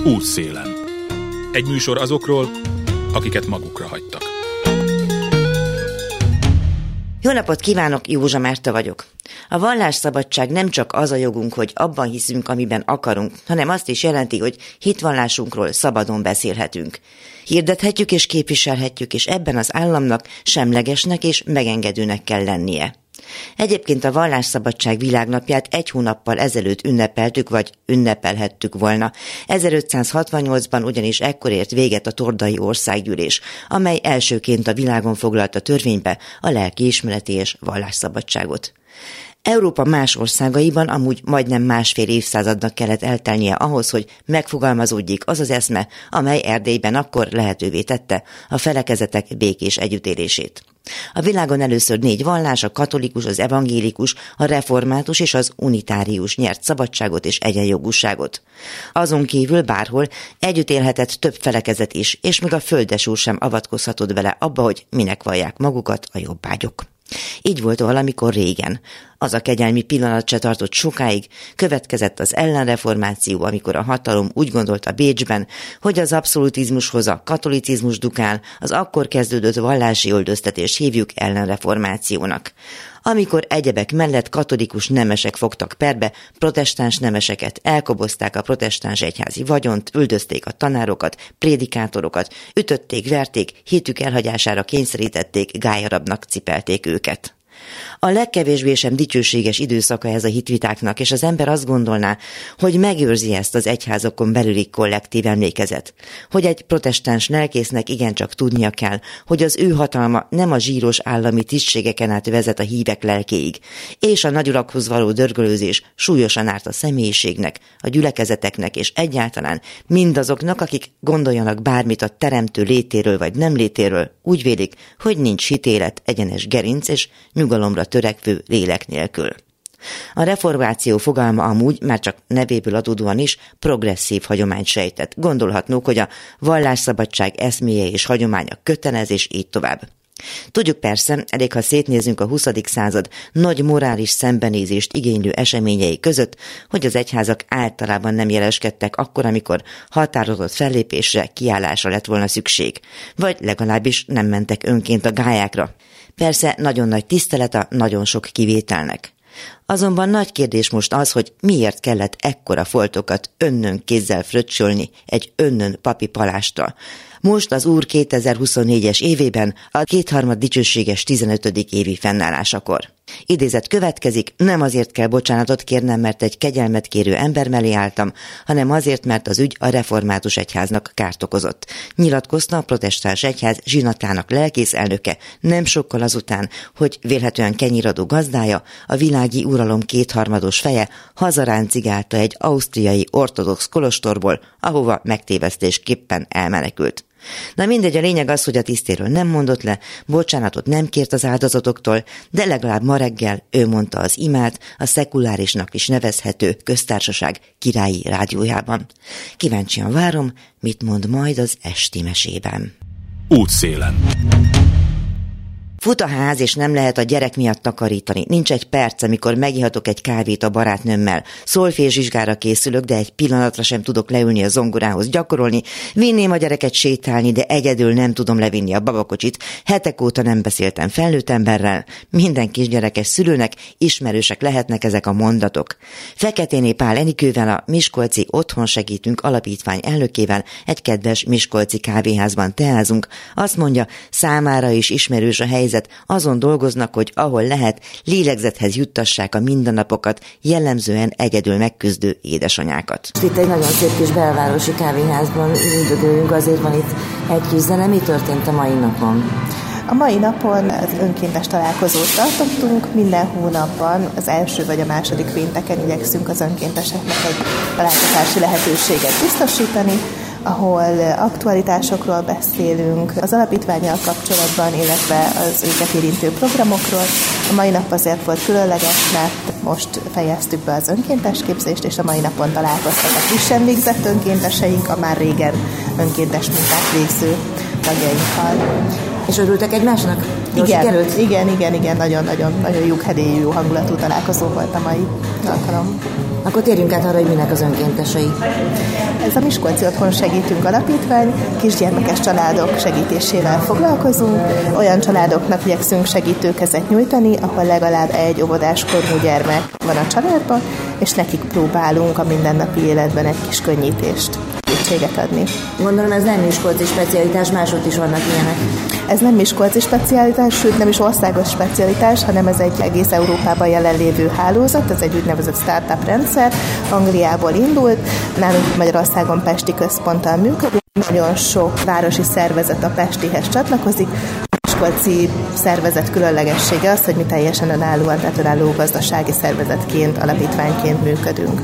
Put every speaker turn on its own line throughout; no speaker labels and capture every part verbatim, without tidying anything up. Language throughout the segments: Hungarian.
Útszélen. Egy műsor azokról, akiket magukra hagytak.
Jó napot kívánok, Józsa Márta vagyok. A vallásszabadság nem csak az a jogunk, hogy abban hiszünk, amiben akarunk, hanem azt is jelenti, hogy hitvallásunkról szabadon beszélhetünk. Hirdethetjük és képviselhetjük, és ebben az államnak semlegesnek és megengedőnek kell lennie. Egyébként a vallásszabadság világnapját egy hónappal ezelőtt ünnepeltük, vagy ünnepelhettük volna. ezerötszázhatvannyolcban ugyanis ekkor ért véget a Tordai Országgyűlés, amely elsőként a világon foglalta törvénybe a lelkiismereti és vallásszabadságot. Európa más országaiban amúgy majdnem másfél évszázadnak kellett eltelnie ahhoz, hogy megfogalmazódjék az az eszme, amely Erdélyben akkor lehetővé tette a felekezetek békés együttélését. A világon először négy vallás, a katolikus, az evangélikus, a református és az unitárius nyert szabadságot és egyenjogúságot. Azon kívül bárhol együtt élhetett több felekezet is, és még a földesúr sem avatkozhatott bele abba, hogy minek vallják magukat a jobbágyok. Így volt valamikor régen. Az a kegyelmi pillanat se tartott sokáig, következett az ellenreformáció, amikor a hatalom úgy gondolta Bécsben, hogy az abszolutizmushoz a katolicizmus dukál, az akkor kezdődött vallási öldöztetést hívjuk ellenreformációnak. Amikor egyebek mellett katolikus nemesek fogtak perbe, protestáns nemeseket, elkobozták a protestáns egyházi vagyont, üldözték a tanárokat, prédikátorokat, ütötték, verték, hitük elhagyására kényszerítették, gályarabnak cipelték őket. A legkevésbé sem dicsőséges időszaka ez a hitvitáknak, és az ember azt gondolná, hogy megőrzi ezt az egyházakon belüli kollektív emlékezet. Hogy egy protestáns lelkésznek igencsak tudnia kell, hogy az ő hatalma nem a zsíros állami tisztségeken át vezet a hívek lelkéig, és a nagyurakhoz való dörgölőzés súlyosan árt a személyiségnek, a gyülekezeteknek és egyáltalán mindazoknak, akik gondoljanak bármit a teremtő létéről vagy nem létéről, úgy vélik, hogy nincs hitélet, egyenes gerinc és nyugalomra törekvő lélek nélkül. A reformáció fogalma amúgy, már csak nevéből adódóan is, progresszív hagyományt sejtett. Gondolhatnunk, hogy a vallásszabadság eszméje és hagyománya kötelez, és így tovább. Tudjuk persze, elég ha szétnézünk a huszadik század nagy morális szembenézést igénylő eseményei között, hogy az egyházak általában nem jeleskedtek akkor, amikor határozott fellépésre, kiállásra lett volna szükség, vagy legalábbis nem mentek önként a gályákra. Persze nagyon nagy tisztelet a nagyon sok kivételnek. Azonban nagy kérdés most az, hogy miért kellett ekkora foltokat önnön kézzel fröccsölni egy önnön papi palásttal. Most az Úr kétezer-huszonnégyes évében a kétharmad dicsőséges tizenötödik évi fennállásakor. Idézet következik, nem azért kell bocsánatot kérnem, mert egy kegyelmet kérő ember mellé álltam, hanem azért, mert az ügy a református egyháznak kárt okozott. Nyilatkozta a protestáns egyház zsinatának lelkész elnöke nem sokkal azután, hogy vélhetően kenyiradó gazdája, a világi uralom kétharmados feje hazaráncigálta egy ausztriai ortodox kolostorból, ahova megtévesztésképpen elmenekült. Na mindegy, a lényeg az, hogy a tisztéről nem mondott le, bocsánatot nem kért az áldozatoktól, de legalább ma reggel ő mondta az imát a szekulárisnak is nevezhető köztársaság királyi rádiójában. Kíváncsian várom, mit mond majd az esti mesében.
Útszélen.
Fut a ház, és nem lehet a gyerek miatt takarítani. Nincs egy perc, amikor megihatok egy kávét a barátnőmmel. Szolfézsvizsgára készülök, de egy pillanatra sem tudok leülni a zongorához gyakorolni. Vinném a gyereket sétálni, de egyedül nem tudom levinni a babakocsit. Hetek óta nem beszéltem felnőtt emberrel. Minden kisgyerekes szülőnek ismerősek lehetnek ezek a mondatok. Feketéné Pál Enikővel, a Miskolci Otthon Segítünk Alapítvány elnökével egy kedves miskolci kávéházban teázunk. Azt mondja, számára is ismerős a helyzet, azon dolgoznak, hogy ahol lehet, lélegzethez juttassák a mindennapokat, jellemzően egyedül megküzdő édesanyákat.
Itt egy nagyon szép kis belvárosi kávéházban üldögélünk, azért van itt egy kis zene. Mi történt a mai napon?
A mai napon az önkéntes találkozót tartottunk, minden hónapban az első vagy a második pénteken igyekszünk az önkénteseknek egy találkozási lehetőséget biztosítani, ahol aktualitásokról beszélünk, az alapítvánnyal kapcsolatban, illetve az őket érintő programokról. A mai nap azért volt különleges, mert most fejeztük be az önkéntes képzést, és a mai napon találkoztak a frissen végzett önkénteseink, a már régen önkéntes munkát végző tagjainkkal.
És örültek egymásnak?
Igen, igen, igen, igen, nagyon-nagyon nagyon lyukhedélyű, jó hangulatú találkozó volt a mai alkalom.
Akkor térjünk át arra, hogy minek az önkéntesei.
Ez a Miskolci Otthon Segítünk Alapítvány, kisgyermekes családok segítésével foglalkozunk. Olyan családoknak igyekszünk segítőkezet nyújtani, ahol legalább egy óvodáskorú gyermek van a családban, és nekik próbálunk a mindennapi életben egy kis könnyítést, segítséget adni.
Gondolom ez nem miskolci specialitás, máshogy is vannak ilyenek.
Ez nem miskolci specialitás, sőt nem is országos specialitás, hanem ez egy egész Európában jelenlévő hálózat, ez egy úgynevezett startup rendszer, Angliából indult, nálunk Magyarországon pesti központtal működik, nagyon sok városi szervezet a pestihez csatlakozik. A miskolci szervezet különlegessége az, hogy mi teljesen önállóan, tehát önálló gazdasági szervezetként, alapítványként működünk.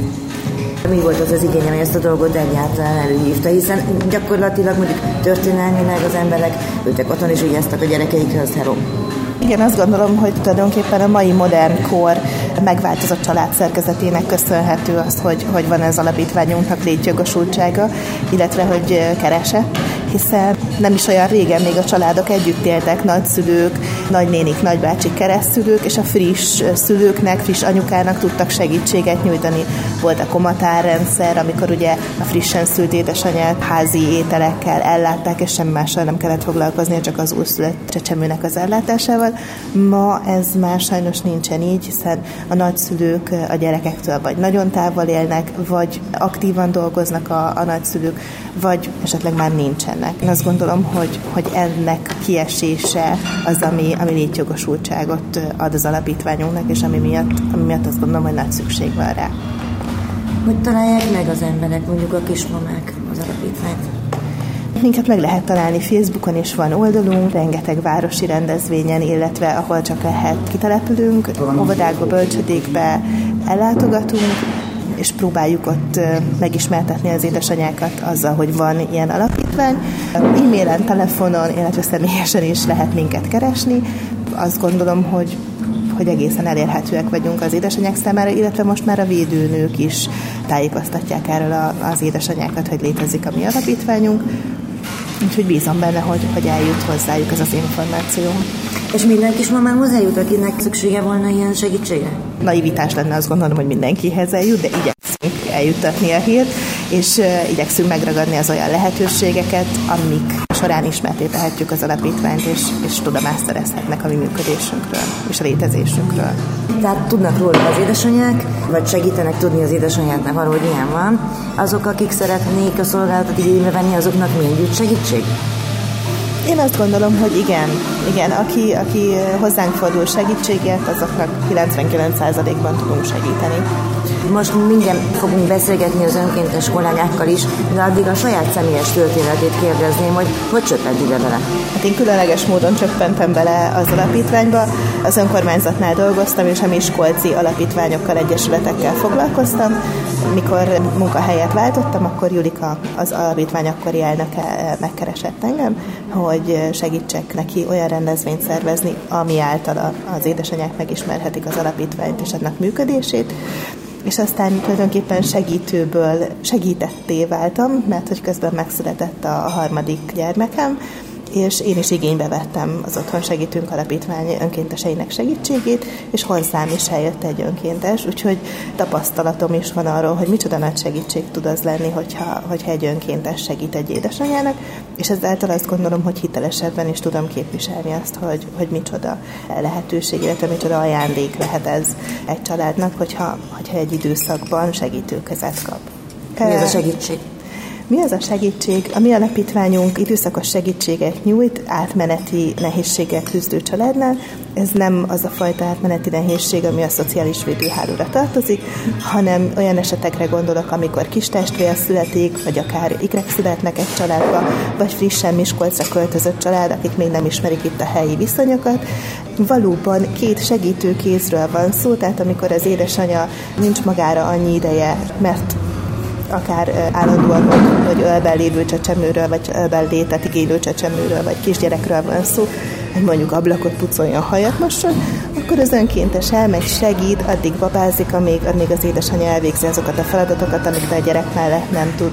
Mi volt az az igény, ami ezt a dolgot egyáltalán előhívta, hiszen gyakorlatilag mondjuk történelmileg az emberek ültek otthon és vigyáztak a gyerekeikhez, hello.
Igen, azt gondolom, hogy tulajdonképpen a mai modern kor megváltozott család szerkezetének köszönhető az, hogy, hogy van ez alapítványunknak létjogosultsága, illetve hogy kerese, hiszen nem is olyan régen még a családok együtt éltek, nagyszülők, nagynénik, nagybácsik, keresztszülők, és a friss szülőknek, friss anyukának tudtak segítséget nyújtani. Volt a komatárrendszer, amikor ugye a frissen szült édesanyát házi ételekkel ellátták, és semmi mással nem kellett foglalkozni, csak az újszülött csecsemőnek az ellátásával. Ma ez már sajnos nincsen így, hiszen a nagyszülők a gyerekektől vagy nagyon távol élnek, vagy aktívan dolgoznak a, a nagyszülők, vagy esetleg már nincsenek. Én azt gondolom, hogy, hogy ennek kiesése az, ami, ami létjogosultságot ad az alapítványunknak, és ami miatt, ami miatt azt gondolom, hogy nagy szükség van rá.
Hogy találják meg az emberek, mondjuk a kismamák az alapítványt?
Minket meg lehet találni Facebookon, is van oldalunk, rengeteg városi rendezvényen, illetve ahol csak lehet kitelepülünk, óvodákba, bölcsödékbe ellátogatunk, és próbáljuk ott megismertetni az édesanyákat azzal, hogy van ilyen alapítvány. E-mailen, telefonon, illetve személyesen is lehet minket keresni. Azt gondolom, hogy hogy egészen elérhetőek vagyunk az édesanyák számára, illetve most már a védőnők is tájékoztatják erről az édesanyákat, hogy létezik a mi alapítványunk. Úgyhogy bízom benne, hogy, hogy eljut hozzájuk ez az információ.
És minden kismamán hozzájut, akinek szüksége volna ilyen segítségre?
Naivitás lenne, azt gondolom, hogy mindenkihez eljut, de igyekszünk eljuttatni a hírt, és uh, igyekszünk megragadni az olyan lehetőségeket, amik során ismerté tehetjük az alapítványt, és, és tudomást szerezhetnek a mi működésünkről és a létezésünkről.
Tehát tudnak róla az édesanyák, vagy segítenek tudni az édesanyáknak arról, hogy milyen van. Azok, akik szeretnék a szolgálatot igénybe venni, azoknak milyen jut segítség?
Én azt gondolom, hogy igen, igen, aki, aki hozzánk fordul segítségért, azoknak kilencvenkilenc százalékban tudunk segíteni.
Most mindjárt fogunk beszélgetni az önkéntes kollégákkal is, de addig a saját személyes történetét kérdezném, hogy hogy csöppent ide bele?
Hát én különleges módon csöppentem bele az alapítványba. Az önkormányzatnál dolgoztam, és a miskolci alapítványokkal, egyesületekkel foglalkoztam. Mikor munkahelyet váltottam, akkor Julika, az alapítvány akkori elnöke megkeresett engem, hogy segítsek neki olyan rendezvényt szervezni, ami által az édesanyák megismerhetik az alapítványt és annak működését. És aztán tulajdonképpen segítőből segítetté váltam, mert hogy közben megszületett a harmadik gyermekem, és én is igénybe vettem az Otthon Segítünk Alapítvány önkénteseinek segítségét, és hozzám is eljött egy önkéntes, úgyhogy tapasztalatom is van arról, hogy micsoda nagy segítség tud az lenni, hogyha, hogyha egy önkéntes segít egy édesanyának, és ezáltal azt gondolom, hogy hitelesebben is tudom képviselni azt, hogy, hogy micsoda lehetőség, illetve micsoda ajándék lehet ez egy családnak, hogyha, hogyha egy időszakban segítőkezet kap.
Mi ez a segítség?
Mi az a segítség? A mi alapítványunk időszakos segítséget nyújt átmeneti nehézséggel küzdő családnál. Ez nem az a fajta átmeneti nehézség, ami a szociális védőhálóra tartozik, hanem olyan esetekre gondolok, amikor kis testvér születik, vagy akár ikrek születnek egy családba, vagy frissen Miskolcra költözött család, akik még nem ismerik itt a helyi viszonyokat. Valóban két segítőkézről van szó, tehát amikor az édesanyja nincs magára annyi ideje, mert akár állandóan vagy ölben lévő csecsemőről, vagy ölben létet igénylő csecsemőről, vagy kisgyerekről van szó, hogy mondjuk ablakot pucoljon, hajat mosson, akkor az önkéntes elmegy, segít, addig babázik, amíg, amíg az édesanyja elvégzi azokat a feladatokat, amiket a gyerek mellett nem tud.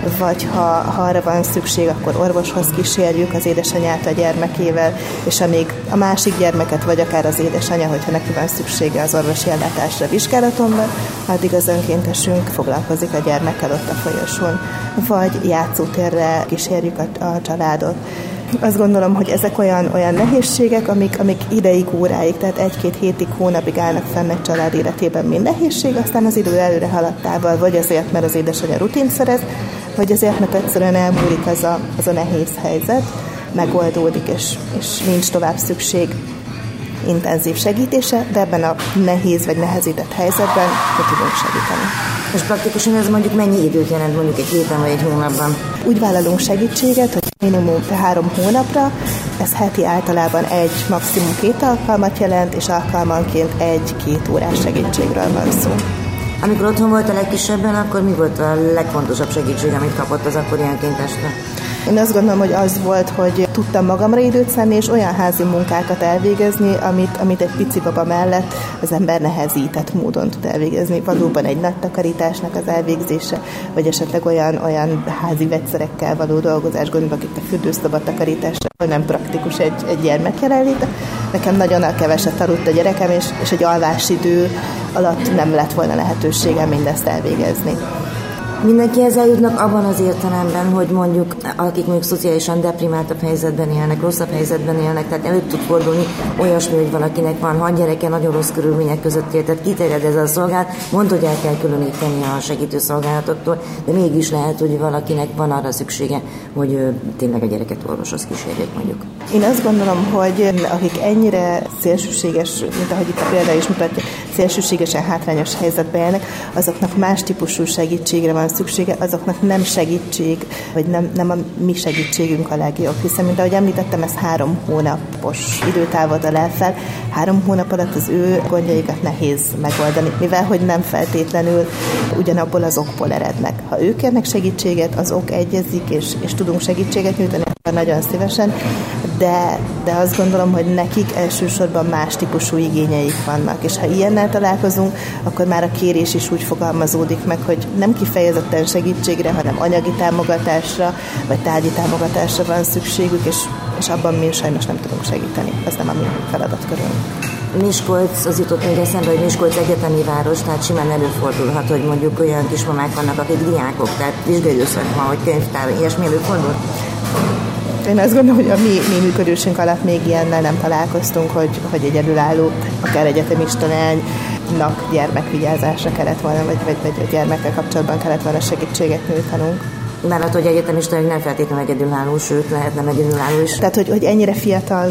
vagy ha, ha arra van szükség, akkor orvoshoz kísérjük az édesanyját a gyermekével, és amíg a másik gyermeket, vagy akár az édesanyja, hogyha neki van szüksége az orvosi ellátásra vizsgálatonban, addig az önkéntesünk foglalkozik a gyermekkel ott a folyosón, vagy játszótérre kísérjük a, a családot. Azt gondolom, hogy ezek olyan, olyan nehézségek, amik, amik ideig, óráig, tehát egy-két hétig, hónapig állnak fenn egy család életében, mind nehézség, aztán az idő előre haladtával, vagy azért, mert az édesanyja rutint szerez, vagy azért, mert egyszerűen elmúlik az a, az a nehéz helyzet, megoldódik, és, és nincs tovább szükség intenzív segítése, de ebben a nehéz vagy nehezített helyzetben hogy tudunk segíteni.
És praktikusan ez mondjuk mennyi időt jelent, mondjuk egy héten vagy egy hónapban?
Úgy vállalunk segítséget, hogy minimum három hónapra, ez heti általában egy, maximum két alkalmat jelent, és alkalmanként egy-két órás segítségről van szó.
Amikor otthon volt a legkisebben, akkor mi volt a legfontosabb segítség, amit kapott az akkori önkéntesre?
Én azt gondolom, hogy az volt, hogy tudtam magamra időt szánni, és olyan házi munkákat elvégezni, amit, amit egy pici baba mellett az ember nehezített módon tud elvégezni. Valóban egy nagy takarításnak az elvégzése, vagy esetleg olyan, olyan házi vegyszerekkel való dolgozás, gondolok itt a fürdőszoba takarításra, hogy nem praktikus egy, egy gyermek jelenléte. Nekem nagyon keveset aludt a gyerekem, és, és egy alvásidő alatt nem lett volna lehetőségem mindezt elvégezni.
Mindenkihez eljutnak abban az értelemben, hogy mondjuk akik mondjuk szociálisan deprimáltabb helyzetben élnek, rosszabb helyzetben élnek, tehát előtt tud fordulni olyasmi, hogy valakinek van hat gyereke, nagyon rossz körülmények között él, tehát kiterjed ez a szolgálat, mondta, hogy el kell különíteni a segítő szolgálatoktól, de mégis lehet, hogy valakinek van arra szüksége, hogy tényleg a gyereket orvoshoz kísérjék mondjuk.
Én azt gondolom, hogy akik ennyire szélsőséges, mint ahogy itt a példa is mutatja, szélsőségesen hátrányos helyzetben élnek, azoknak más típusú segítségre van szüksége, azoknak nem segítség, vagy nem, nem a mi segítségünk a legjobb, hiszen, mint ahogy említettem, ez három hónapos időtávot alel fel, három hónap alatt az ő gondjaikat nehéz megoldani, mivel hogy nem feltétlenül ugyanabból az okból erednek. Ha ők kérnek segítséget, az ok egyezik, és, és tudunk segítséget nyújtani, nagyon szívesen, de, de azt gondolom, hogy nekik elsősorban más típusú igényeik vannak, és ha ilyennel találkozunk, akkor már a kérés is úgy fogalmazódik meg, hogy nem kifejezetten segítségre, hanem anyagi támogatásra, vagy tárgyi támogatásra van szükségük, és, és abban mi sajnos nem tudunk segíteni. Ez nem a mi feladatkörünk.
Miskolc, az jutott még eszembe, hogy Miskolc egyetemi város, tehát simán előfordulhat, hogy mondjuk olyan kismamák vannak, akik diákok, tehát vizsgaidőszak van, hogy könyvtár, ilyesmi előfordul?
Én azt gondolom, hogy a mi, mi működésünk alatt még ilyennel nem találkoztunk, hogy, hogy egyedülálló, akár egyetemista lánynak gyermekvigyázásra kellett volna, vagy, vagy, vagy a gyermekkel kapcsolatban kellett volna segítséget nyújtanunk.
Mert hogy egyetemista nem feltétlenül egyedülálló, sőt lehetne egyedülálló is.
Tehát, hogy, hogy ennyire fiatal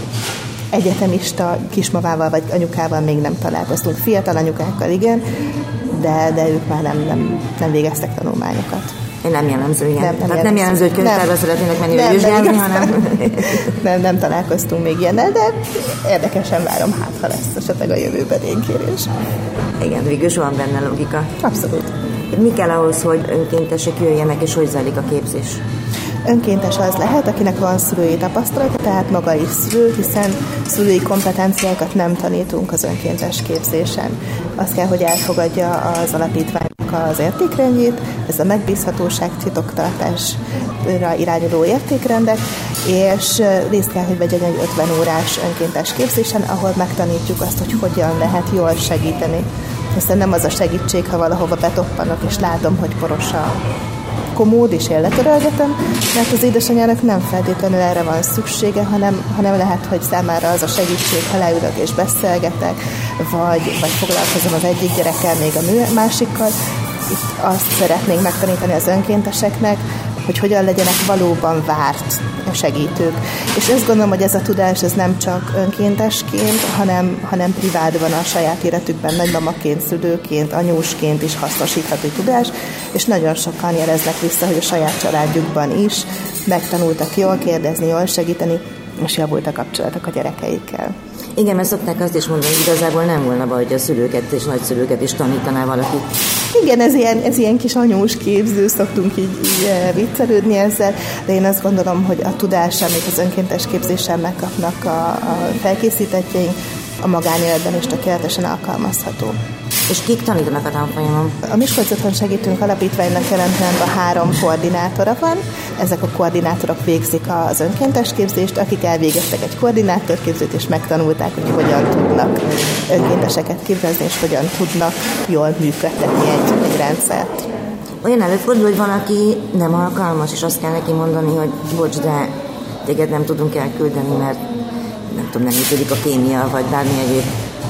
egyetemista kismamával vagy anyukával még nem találkoztunk. Fiatal anyukákkal igen, de, de ők már nem, nem, nem végeztek tanulmányokat.
Én nem jellemző, igen. Nem, nem,
Tehát
nem jellemző, hogy könyvtárba szeretnének menni nem, vizsgálni, nem, hanem...
nem, nem találkoztunk még ilyennel, de érdekesen várom, hát ha lesz esetleg a jövőben én kérés.
Igen, végül van benne logika.
Abszolút.
Mi kell ahhoz, hogy önkéntesek jöjjenek, és hogy zajlik a képzés?
Önkéntes az lehet, akinek van szülői tapasztalata, tehát maga is szülő, hiszen szülői kompetenciákat nem tanítunk az önkéntes képzésen. Azt kell, hogy elfogadja az alapítványnak az értékrendjét, ez a megbízhatóság, titoktartásra irányuló értékrendek, és részt kell, hogy vegyen egy ötven órás önkéntes képzésen, ahol megtanítjuk azt, hogy hogyan lehet jól segíteni. Hiszen nem az a segítség, ha valahova betoppanok, és látom, hogy poros a komód, és én letörölgetem, mert az édesanyjának nem feltétlenül erre van szüksége, hanem, hanem lehet, hogy számára az a segítség, ha leülök és beszélgetek, vagy, vagy foglalkozom az egyik gyerekkel, még a másikkal. Itt azt szeretnénk megtanítani az önkénteseknek, hogy hogyan legyenek valóban várt segítők. És azt gondolom, hogy ez a tudás ez nem csak önkéntesként, hanem, hanem privátban a saját életükben, nagymamaként, szülőként, anyósként is hasznosítható tudás, és nagyon sokan jeleznek vissza, hogy a saját családjukban is megtanultak jól kérdezni, jól segíteni, és javult a kapcsolatok a gyerekeikkel.
Igen, mert szokták azt is mondani, hogy igazából nem volna baj, hogy a szülőket és nagyszülőket is tanítaná valaki.
Igen, ez ilyen, ez ilyen kis anyós képző, szoktunk így, így viccelődni ezzel, de én azt gondolom, hogy a tudás, amit az önkéntes képzéssel megkapnak a, a felkészítettjeink, a magánéletben is tökéletesen alkalmazható.
És kik tanítanak a tanfolyamon?
A Miskolci Otthon Segítünk Alapítványnak jelen pillanatban három koordinátora van. Ezek a koordinátorok végzik az önkéntes képzést, akik elvégeztek egy koordinátorképzést, és megtanulták, hogy hogyan tudnak önkénteseket képezni, és hogyan tudnak jól működtetni egy, egy rendszert.
Olyan előfordul, hogy van, aki nem alkalmas, és azt kell neki mondani, hogy bocs, de téged nem tudunk elküldeni, mert nem tudom, nem működik a kémia, vagy bármi egyéb.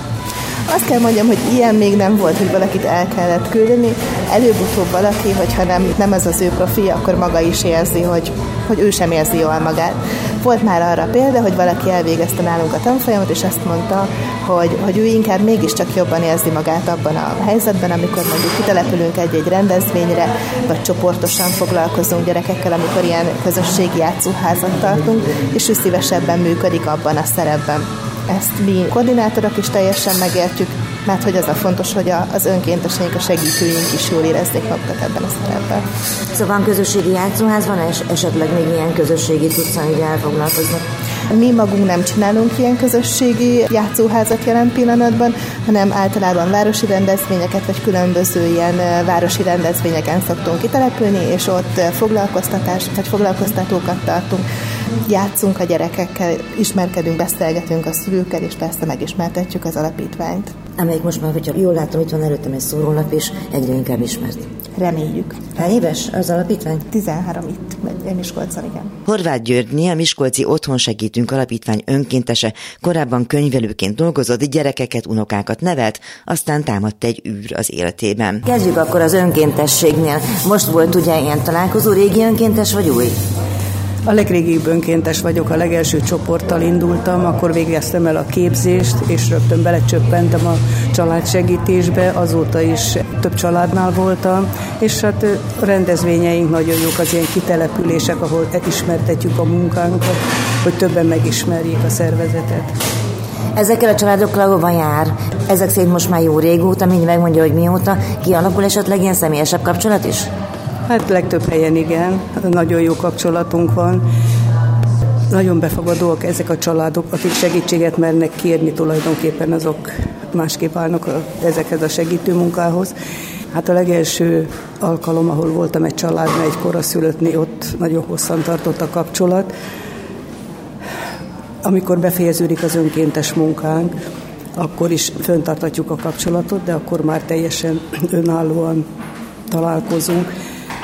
Azt kell mondjam, hogy ilyen még nem volt, hogy valakit el kellett küldeni. Előbb-utóbb valaki, hogyha nem, nem ez az ő profi, akkor maga is érzi, hogy, hogy ő sem érzi jól magát. Volt már arra példa, hogy valaki elvégezte nálunk a tanfolyamot, és azt mondta, hogy, hogy ő inkább mégiscsak jobban érzi magát abban a helyzetben, amikor mondjuk kitelepülünk egy-egy rendezvényre, vagy csoportosan foglalkozunk gyerekekkel, amikor ilyen közösségi játszóházat tartunk, és ő szívesebben működik abban a szerepben. Ezt mi koordinátorok is teljesen megértjük, mert hogy az a fontos, hogy az önkénteseink, a segítőink is jól érezzék magukat ebben a szerepben.
Szóval van közösségi játszóház, van és esetleg még ilyen közösségi tudsz, amivel elfoglalkoznak?
Mi magunk nem csinálunk ilyen közösségi játszóházat jelen pillanatban, hanem általában városi rendezvényeket, vagy különböző ilyen városi rendezvényeken szoktunk kitelepülni, és ott foglalkoztatást, vagy foglalkoztatókat tartunk, játszunk a gyerekekkel, ismerkedünk, beszélgetünk a szülőkkel, és persze megismertetjük az alapítványt.
Amelyik most már, hogyha jól látom, itt van előttem egy szórólap, és egyre inkább ismert.
Reméljük.
Hány éves az alapítvány?
tizenhárom itt, egy Miskolcon, igen.
Horváth Györgyné, a Miskolci Otthon Segítünk Alapítvány önkéntese, korábban könyvelőként dolgozott, gyerekeket, unokákat nevelt, aztán támadt egy űr az életében.
Kezdjük akkor az önkéntességnél. Most volt ugye ilyen találkozó, régi önkéntes vagy új?
A legrégibb önkéntes vagyok, a legelső csoporttal indultam, akkor végeztem el a képzést, és rögtön belecsöppentem a családsegítésbe, azóta is több családnál voltam, és hát a rendezvényeink nagyon jók, az ilyen kitelepülések, ahol ismertetjük a munkánkat, hogy többen megismerjék a szervezetet.
Ezekkel a családokkal hova jár? Ezek szerint most már jó régóta, mindjárt megmondja, hogy mióta, kialakul esetleg ilyen személyesebb kapcsolat is?
Hát legtöbb helyen igen, nagyon jó kapcsolatunk van. Nagyon befogadóak ezek a családok, akik segítséget mernek kérni, tulajdonképpen azok másképp állnak a, ezekhez a segítőmunkához. Hát a legelső alkalom, ahol voltam egy családnál, egy koraszülöttnél, ott nagyon hosszan tartott a kapcsolat. Amikor befejeződik az önkéntes munkánk, akkor is fenntartatjuk a kapcsolatot, de akkor már teljesen önállóan találkozunk.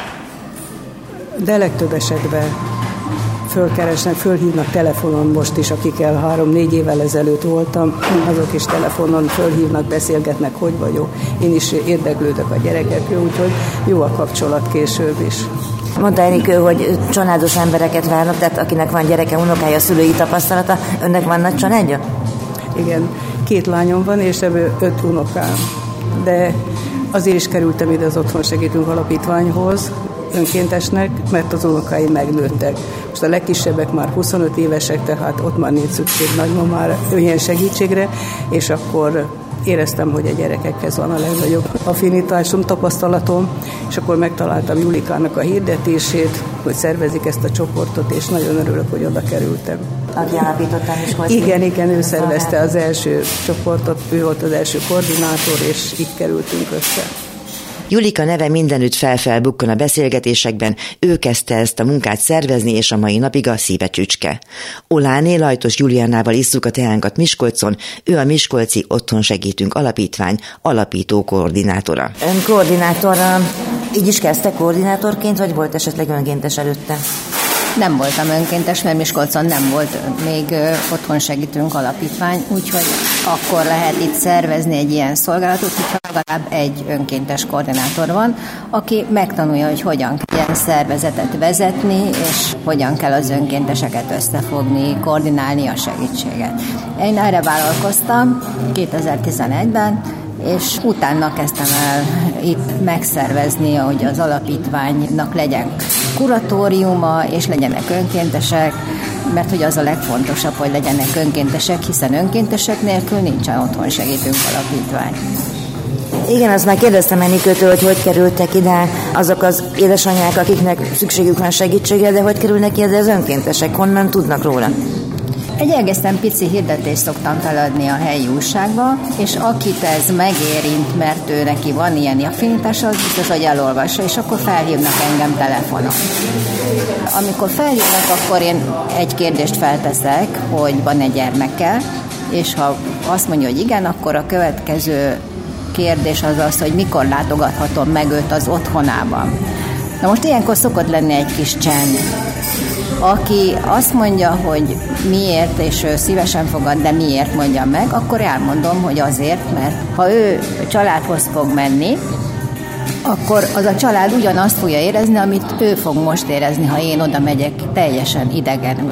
De legtöbb esetben fölkeresnek, fölhívnak telefonon most is, akikkel három-négy évvel ezelőtt voltam, azok is telefonon fölhívnak, beszélgetnek, hogy vagyok. Én is érdeklődök a gyerekekről, úgyhogy jó a kapcsolat később is.
Mondta Enikő, hogy családos embereket várnak, tehát akinek van gyereke, unokája, szülői tapasztalata, önnek van nagy családja?
Igen, két lányom van, és ebből öt unokám. De azért is kerültem ide az Otthon Segítünk Alapítványhoz, önkéntesnek, mert az unokáim megnőttek. Most a legkisebbek már huszonöt évesek, tehát ott már nincs szükség nagymamára, ilyen segítségre, és akkor éreztem, hogy a gyerekekhez van a legnagyobb affinitásom, tapasztalatom, és akkor megtaláltam Julikának a hirdetését, hogy szervezik ezt a csoportot, és nagyon örülök, hogy oda kerültem.
Aki alapítottam is volt.
Igen, igen, ő szervezte az első csoportot, ő volt az első koordinátor, és így kerültünk össze.
Julika neve mindenütt fel-felbukkan a beszélgetésekben, ő kezdte ezt a munkát szervezni, és a mai napig a szíve csücske. Oláné Lajtos Juliannával isszuk a teánkat Miskolcon, ő a Miskolci Otthon Segítünk Alapítvány alapító koordinátora.
Ön koordinátor, így is kezdte koordinátorként, vagy volt esetleg önkéntes előtte?
Nem voltam önkéntes, mert Miskolcon nem volt még Otthon Segítünk Alapítvány, úgyhogy akkor lehet itt szervezni egy ilyen szolgálatot, hogyha legalább egy önkéntes koordinátor van, aki megtanulja, hogy hogyan kell ilyen szervezetet vezetni, és hogyan kell az önkénteseket összefogni, koordinálni a segítséget. Én erre vállalkoztam kétezer-tizenegyben, és utána kezdtem el itt megszervezni, hogy az alapítványnak legyen kuratóriuma, és legyenek önkéntesek, mert hogy az a legfontosabb, hogy legyenek önkéntesek, hiszen önkéntesek nélkül nincsen Otthon Segítünk Alapítvány.
Igen, azt már kérdeztem Enikőtől, hogy hogy kerültek ide azok az édesanyák, akiknek szükségük van segítségre, de hogy kerülnek ide az önkéntesek, honnan tudnak róla?
Egy egészen pici hirdetést szoktam feladni a helyi újságba, és akit ez megérint, mert ő neki van ilyen affinitása, az biztos, hogy elolvassa, és akkor felhívnak engem telefonon. Amikor felhívnak, akkor én egy kérdést felteszek, hogy van-e gyermeke, és ha azt mondja, hogy igen, akkor a következő kérdés az az, hogy mikor látogathatom meg őt az otthonában. Na most ilyenkor szokott lenni egy kis csend. Aki azt mondja, hogy miért, és ő szívesen fogad, de miért mondja meg, akkor elmondom, hogy azért, mert ha ő családhoz fog menni, akkor az a család ugyanazt fogja érezni, amit ő fog most érezni, ha én oda megyek teljesen idegenül.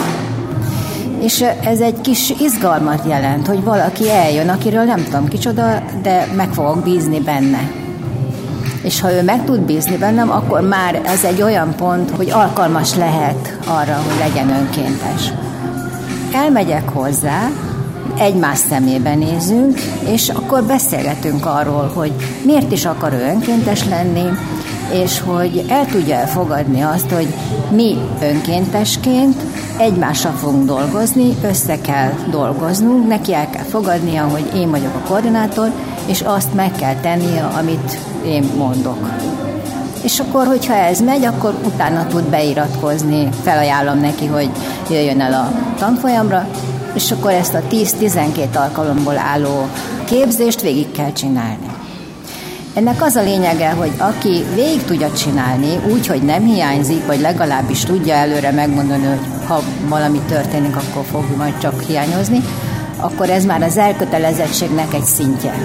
És ez egy kis izgalmat jelent, hogy valaki eljön, akiről nem tudom kicsoda, de meg fogok bízni benne. És ha ő meg tud bízni bennem, akkor már ez egy olyan pont, hogy alkalmas lehet arra, hogy legyen önkéntes. Elmegyek hozzá, egymás szemébe nézünk, és akkor beszélgetünk arról, hogy miért is akar ő önkéntes lenni, és hogy el tudja elfogadni azt, hogy mi önkéntesként egymással fogunk dolgozni, össze kell dolgoznunk, neki el kell fogadnia, hogy én vagyok a koordinátor, és azt meg kell tennie, amit én mondok. És akkor, hogyha ez megy, akkor utána tud beiratkozni, felajánlom neki, hogy jöjjön el a tanfolyamra, és akkor ezt a tíz-tizenkét alkalomból álló képzést végig kell csinálni. Ennek az a lényege, hogy aki végig tudja csinálni, úgy, hogy nem hiányzik, vagy legalábbis tudja előre megmondani, hogy ha valami történik, akkor fog majd csak hiányozni, akkor ez már az elkötelezettségnek egy szintje.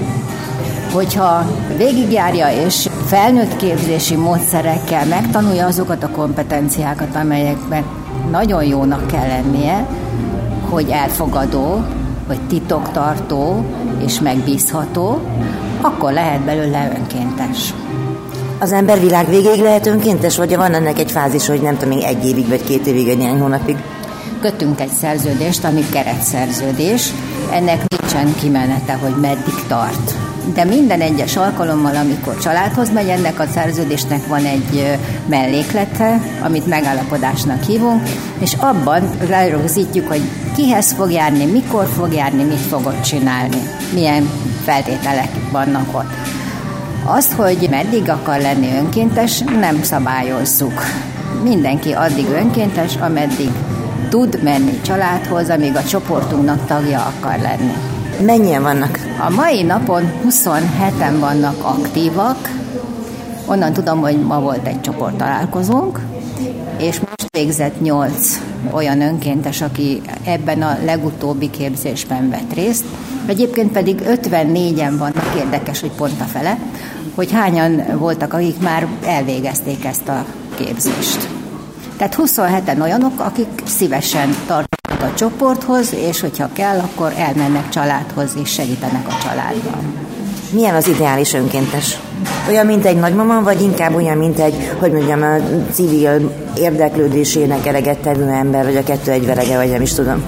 Hogyha végigjárja és felnőtt képzési módszerekkel megtanulja azokat a kompetenciákat, amelyekben nagyon jónak kell lennie, hogy elfogadó, hogy titoktartó és megbízható, akkor lehet belőle önkéntes.
Az ember világ végéig lehet önkéntes, vagy van ennek egy fázis, hogy nem tudom, még egy évig, vagy két évig, vagy néhány hónapig?
Kötünk egy szerződést, ami keretszerződés. Ennek nincsen kimenete, hogy meddig tart. De minden egyes alkalommal, amikor családhoz megy, ennek a szerződésnek van egy melléklete, amit megállapodásnak hívunk, és abban rárögzítjük, hogy kihez fog járni, mikor fog járni, mit fog ott csinálni, milyen feltételek vannak ott. Azt, hogy meddig akar lenni önkéntes, nem szabályozzuk. Mindenki addig önkéntes, ameddig tud menni családhoz, amíg a csoportunknak tagja akar lenni.
Mennyien vannak?
A mai napon huszonheten vannak aktívak. Onnan tudom, hogy ma volt egy csoport találkozónk, és most végzett nyolc olyan önkéntes, aki ebben a legutóbbi képzésben vett részt. Egyébként pedig ötvennégyen vannak, érdekes, hogy pont a fele, hogy hányan voltak, akik már elvégezték ezt a képzést. Tehát huszonheten olyanok, akik szívesen tartanak a csoporthoz, és hogyha kell, akkor elmennek családhoz, és segítenek a családban.
Milyen az ideális önkéntes? Olyan, mint egy nagymama, vagy inkább olyan, mint egy, hogy mondjam, a civil érdeklődésének eleget tevő ember, vagy a kettő egyverege, vagy nem is tudom?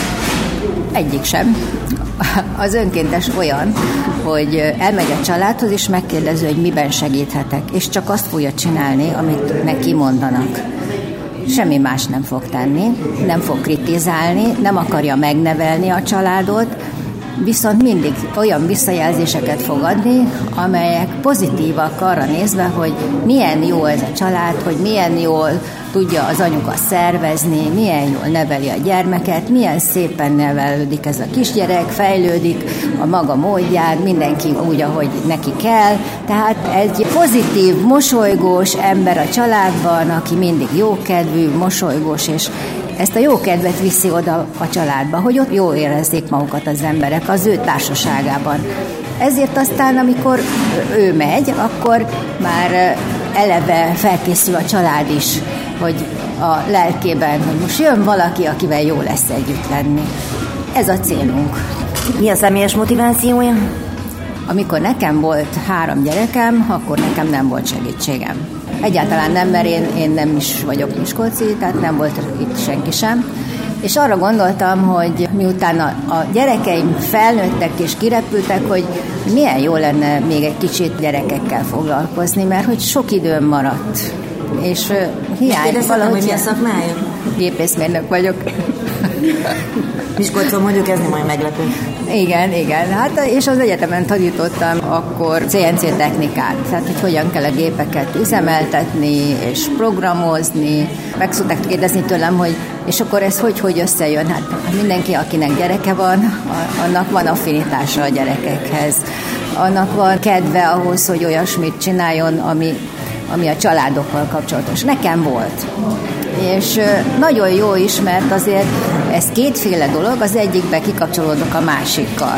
Egyik sem. Az önkéntes olyan, hogy elmegy a családhoz, és megkérdezi, hogy miben segíthetek, és csak azt fogja csinálni, amit neki mondanak. Semmi más nem fog tenni, nem fog kritizálni, nem akarja megnevelni a családot, viszont mindig olyan visszajelzéseket fog adni, amelyek pozitívak arra nézve, hogy milyen jó ez a család, hogy milyen jól tudja az anyuka szervezni, milyen jól neveli a gyermeket, milyen szépen nevelődik ez a kisgyerek, fejlődik a maga módján, mindenki úgy, ahogy neki kell. Tehát egy pozitív, mosolygós ember a családban, aki mindig jókedvű, mosolygós, és ezt a jókedvet viszi oda a családba, hogy ott jól érezzék magukat az emberek az ő társaságában. Ezért aztán, amikor ő megy, akkor már eleve felkészül a család is, hogy a lelkében, hogy most jön valaki, akivel jó lesz együtt lenni. Ez a célunk.
Mi a személyes motivációja?
Amikor nekem volt három gyerekem, akkor nekem nem volt segítségem. Egyáltalán nem, mert én, én nem is vagyok miskolci, tehát nem volt itt senki sem. És arra gondoltam, hogy miután a, a gyerekeim felnőttek és kirepültek, hogy milyen jó lenne még egy kicsit gyerekekkel foglalkozni, mert hogy sok időm maradt. És uh, hiány valahogy...
hogy mi a szakmája?
gépészmérnök vagyok.
Miskolcon mondjuk ez nem olyan meglepő.
Igen, igen. Hát, és az egyetemen tanítottam akkor cé en cé technikát, tehát hogy hogyan kell a gépeket üzemeltetni és programozni. Meg szokták kérdezni tőlem, hogy és akkor ez hogy, hogy összejön? Hát mindenki, akinek gyereke van, annak van affinitása a gyerekekhez. Annak van kedve ahhoz, hogy olyasmit csináljon, ami, ami a családokkal kapcsolatos. Nekem volt. És nagyon jó is, mert azért ez kétféle dolog, az egyikbe kikapcsolódok a másikkal.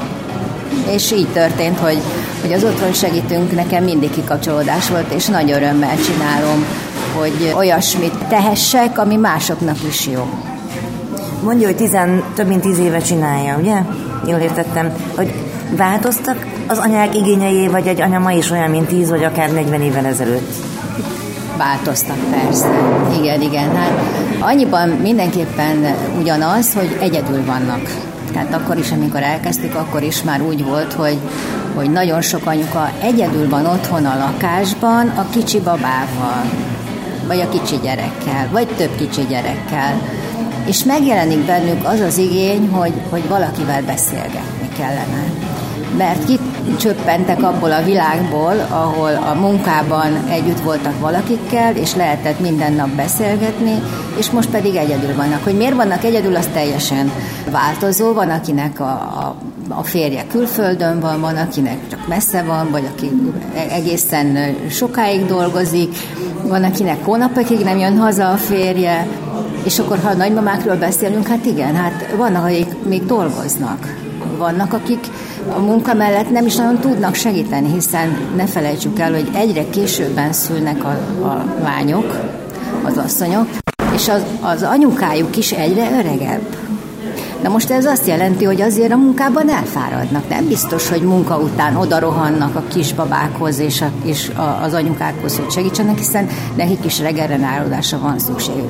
És így történt, hogy, hogy az Otthon Segítünk nekem mindig kikapcsolódás volt, és nagy örömmel csinálom, hogy olyasmit tehessek, ami másoknak is jó.
Mondja, hogy tizen, több mint tíz éve csinálja, ugye? Jól értettem, hogy változtak az anyák igényei, vagy egy anya ma is olyan, mint tíz, vagy akár negyven évvel ezelőtt?
Változtak, persze. Igen, igen. Hát annyiban mindenképpen ugyanaz, hogy egyedül vannak. Tehát akkor is, amikor elkezdtük, akkor is már úgy volt, hogy, hogy nagyon sok anyuka egyedül van otthon a lakásban a kicsi babával, vagy a kicsi gyerekkel, vagy több kicsi gyerekkel. És megjelenik bennük az az igény, hogy, hogy valakivel beszélgetni kellene. Mert kicsöppentek abból a világból, ahol a munkában együtt voltak valakikkel, és lehetett minden nap beszélgetni, és most pedig egyedül vannak. Hogy miért vannak egyedül, az teljesen változó. Van, akinek a, a, a férje külföldön van, van, akinek csak messze van, vagy aki egészen sokáig dolgozik, van, akinek hónapokig nem jön haza a férje, és akkor, ha a nagymamákról beszélünk, hát igen, hát vannak, akik még dolgoznak. Vannak, akik a munka mellett nem is nagyon tudnak segíteni, hiszen ne felejtsük el, hogy egyre későbben szülnek a, a lányok, az asszonyok, és az, az anyukájuk is egyre öregebb. Na most ez azt jelenti, hogy azért a munkában elfáradnak. Nem biztos, hogy munka után oda rohannak a kisbabákhoz és, a, és a, az anyukákhoz, hogy segítsenek, hiszen nekik is regenerálódásra van szükségük.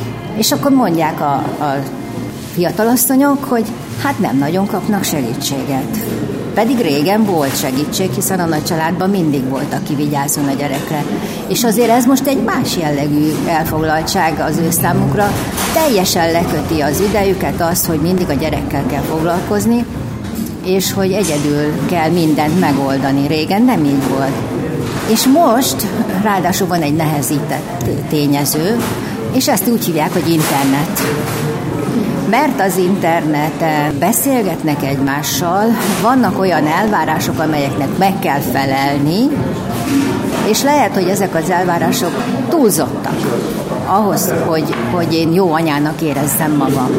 És akkor mondják a, a fiatalasszonyok, hogy hát nem nagyon kapnak segítséget. Pedig régen volt segítség, hiszen a nagy családban mindig volt, aki vigyázzon a gyerekre. És azért ez most egy más jellegű elfoglaltság az ő számukra. Teljesen leköti az idejüket az, hogy mindig a gyerekkel kell foglalkozni, és hogy egyedül kell mindent megoldani. Régen nem így volt. És most ráadásul van egy nehezített tényező, és ezt úgy hívják, hogy internet. Mert az interneten beszélgetnek egymással, vannak olyan elvárások, amelyeknek meg kell felelni, és lehet, hogy ezek az elvárások túlzottak ahhoz, hogy, hogy én jó anyának érezzem magam.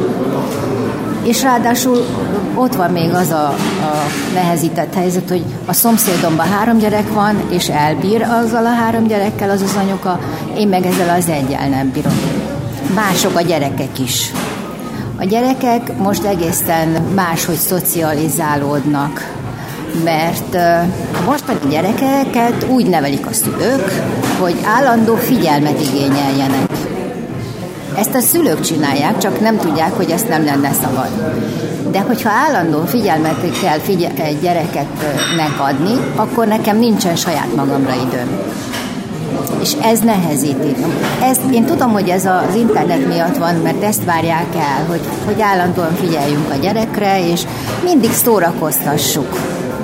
És ráadásul ott van még az a, a nehezített helyzet, hogy a szomszédomban három gyerek van, és elbír azzal a három gyerekkel az az anyuka, én meg ezzel az egyel nem bírom. Mások a gyerekek is. A gyerekek most egészen máshogy szocializálódnak, mert a mostani gyerekeket úgy nevelik a szülők, hogy állandó figyelmet igényeljenek. Ezt a szülők csinálják, csak nem tudják, hogy ezt nem lenne szabad. De hogyha állandó figyelmet kell figyel- egy gyerekeknek adni, akkor nekem nincsen saját magamra időm. És ez nehezíti. Ez, én tudom, hogy ez az internet miatt van, mert ezt várják el, hogy, hogy állandóan figyeljünk a gyerekre, és mindig szórakoztassuk.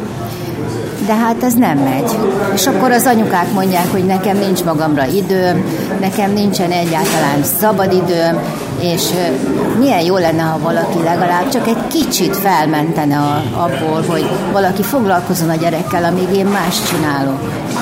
De hát ez nem megy. És akkor az anyukák mondják, hogy nekem nincs magamra időm, nekem nincsen egyáltalán szabad időm, és milyen jó lenne, ha valaki legalább csak egy kicsit felmentene a, abból, hogy valaki foglalkozzon a gyerekkel, amíg én más csinálok.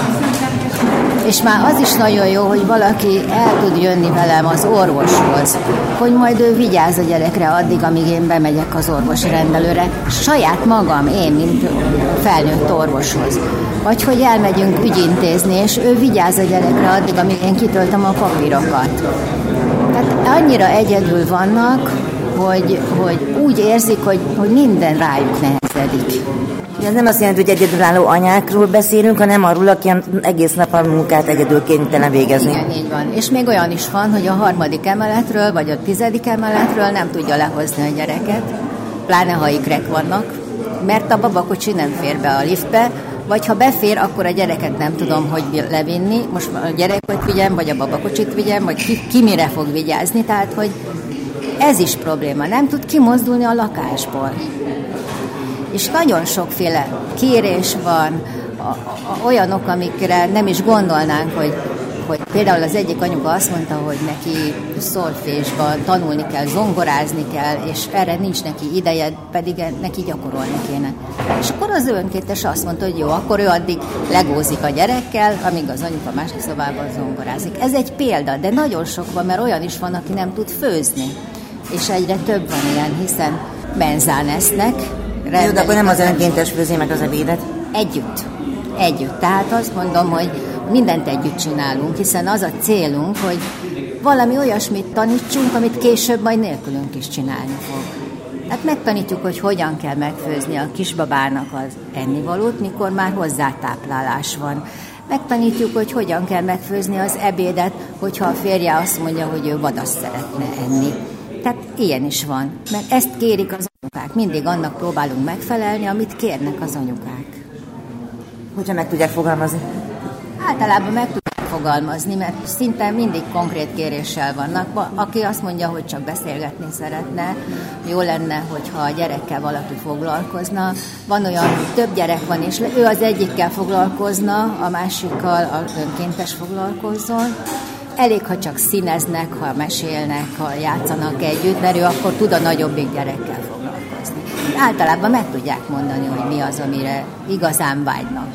És már az is nagyon jó, hogy valaki el tud jönni velem az orvoshoz, hogy majd ő vigyáz a gyerekre addig, amíg én bemegyek az orvosi rendelőre, saját magam, én, mint felnőtt orvoshoz. Vagy hogy elmegyünk ügyintézni, és ő vigyáz a gyerekre addig, amíg én kitöltöm a papírokat. Tehát annyira egyedül vannak, hogy, hogy úgy érzik, hogy, hogy minden rájuk nehezedik.
Ez nem azt jelenti, hogy egyedülálló anyákról beszélünk, hanem arról, aki egész nap a munkát egyedül kénytelen végezni.
Igen, így van. És még olyan is van, hogy a harmadik emeletről, vagy a tizedik emeletről nem tudja lehozni a gyereket, pláne ha ikrek vannak, mert a babakocsi nem fér be a liftbe, vagy ha befér, akkor a gyereket nem tudom, hogy levinni. Most a gyereket vigyem, vagy a babakocsit vigyem, vagy ki, ki mire fog vigyázni. Tehát, hogy ez is probléma. Nem tud kimozdulni a lakásból. És nagyon sokféle kérés van, a, a, olyanok, amikre nem is gondolnánk, hogy, hogy például az egyik anyuka azt mondta, hogy neki szolfésban tanulni kell, zongorázni kell, és erre nincs neki ideje, pedig neki gyakorolni kéne. És akkor az önkéntes azt mondta, hogy jó, akkor ő addig legózik a gyerekkel, amíg az anyuka másik szobában zongorázik. Ez egy példa, de nagyon sok van, mert olyan is van, aki nem tud főzni. És egyre több van ilyen, hiszen benzán esznek.
Jó, de akkor nem az önkéntes főzi meg az ebédet?
Együtt. Együtt. Tehát azt mondom, hogy mindent együtt csinálunk, hiszen az a célunk, hogy valami olyasmit tanítsunk, amit később majd nélkülünk is csinálni fog. Tehát megtanítjuk, hogy hogyan kell megfőzni a kisbabának az ennivalót, mikor már hozzátáplálás van. Megtanítjuk, hogy hogyan kell megfőzni az ebédet, hogyha a férje azt mondja, hogy ő vadaszt szeretne enni. Tehát ilyen is van, mert ezt kérik az anyukák. Mindig annak próbálunk megfelelni, amit kérnek az anyukák.
Hogyha meg tudják fogalmazni?
Általában meg tudják fogalmazni, mert szinte mindig konkrét kéréssel vannak. Aki azt mondja, hogy csak beszélgetni szeretne, jó lenne, hogyha a gyerekkel valaki foglalkozna. Van olyan, hogy több gyerek van, és ő az egyikkel foglalkozna, a másikkal az önkéntes foglalkozzon. Elég, ha csak színeznek, ha mesélnek, ha játszanak együtt, mert ő akkor tud a nagyobbik gyerekkel foglalkozni. Általában meg tudják mondani, hogy mi az, amire igazán vágynak.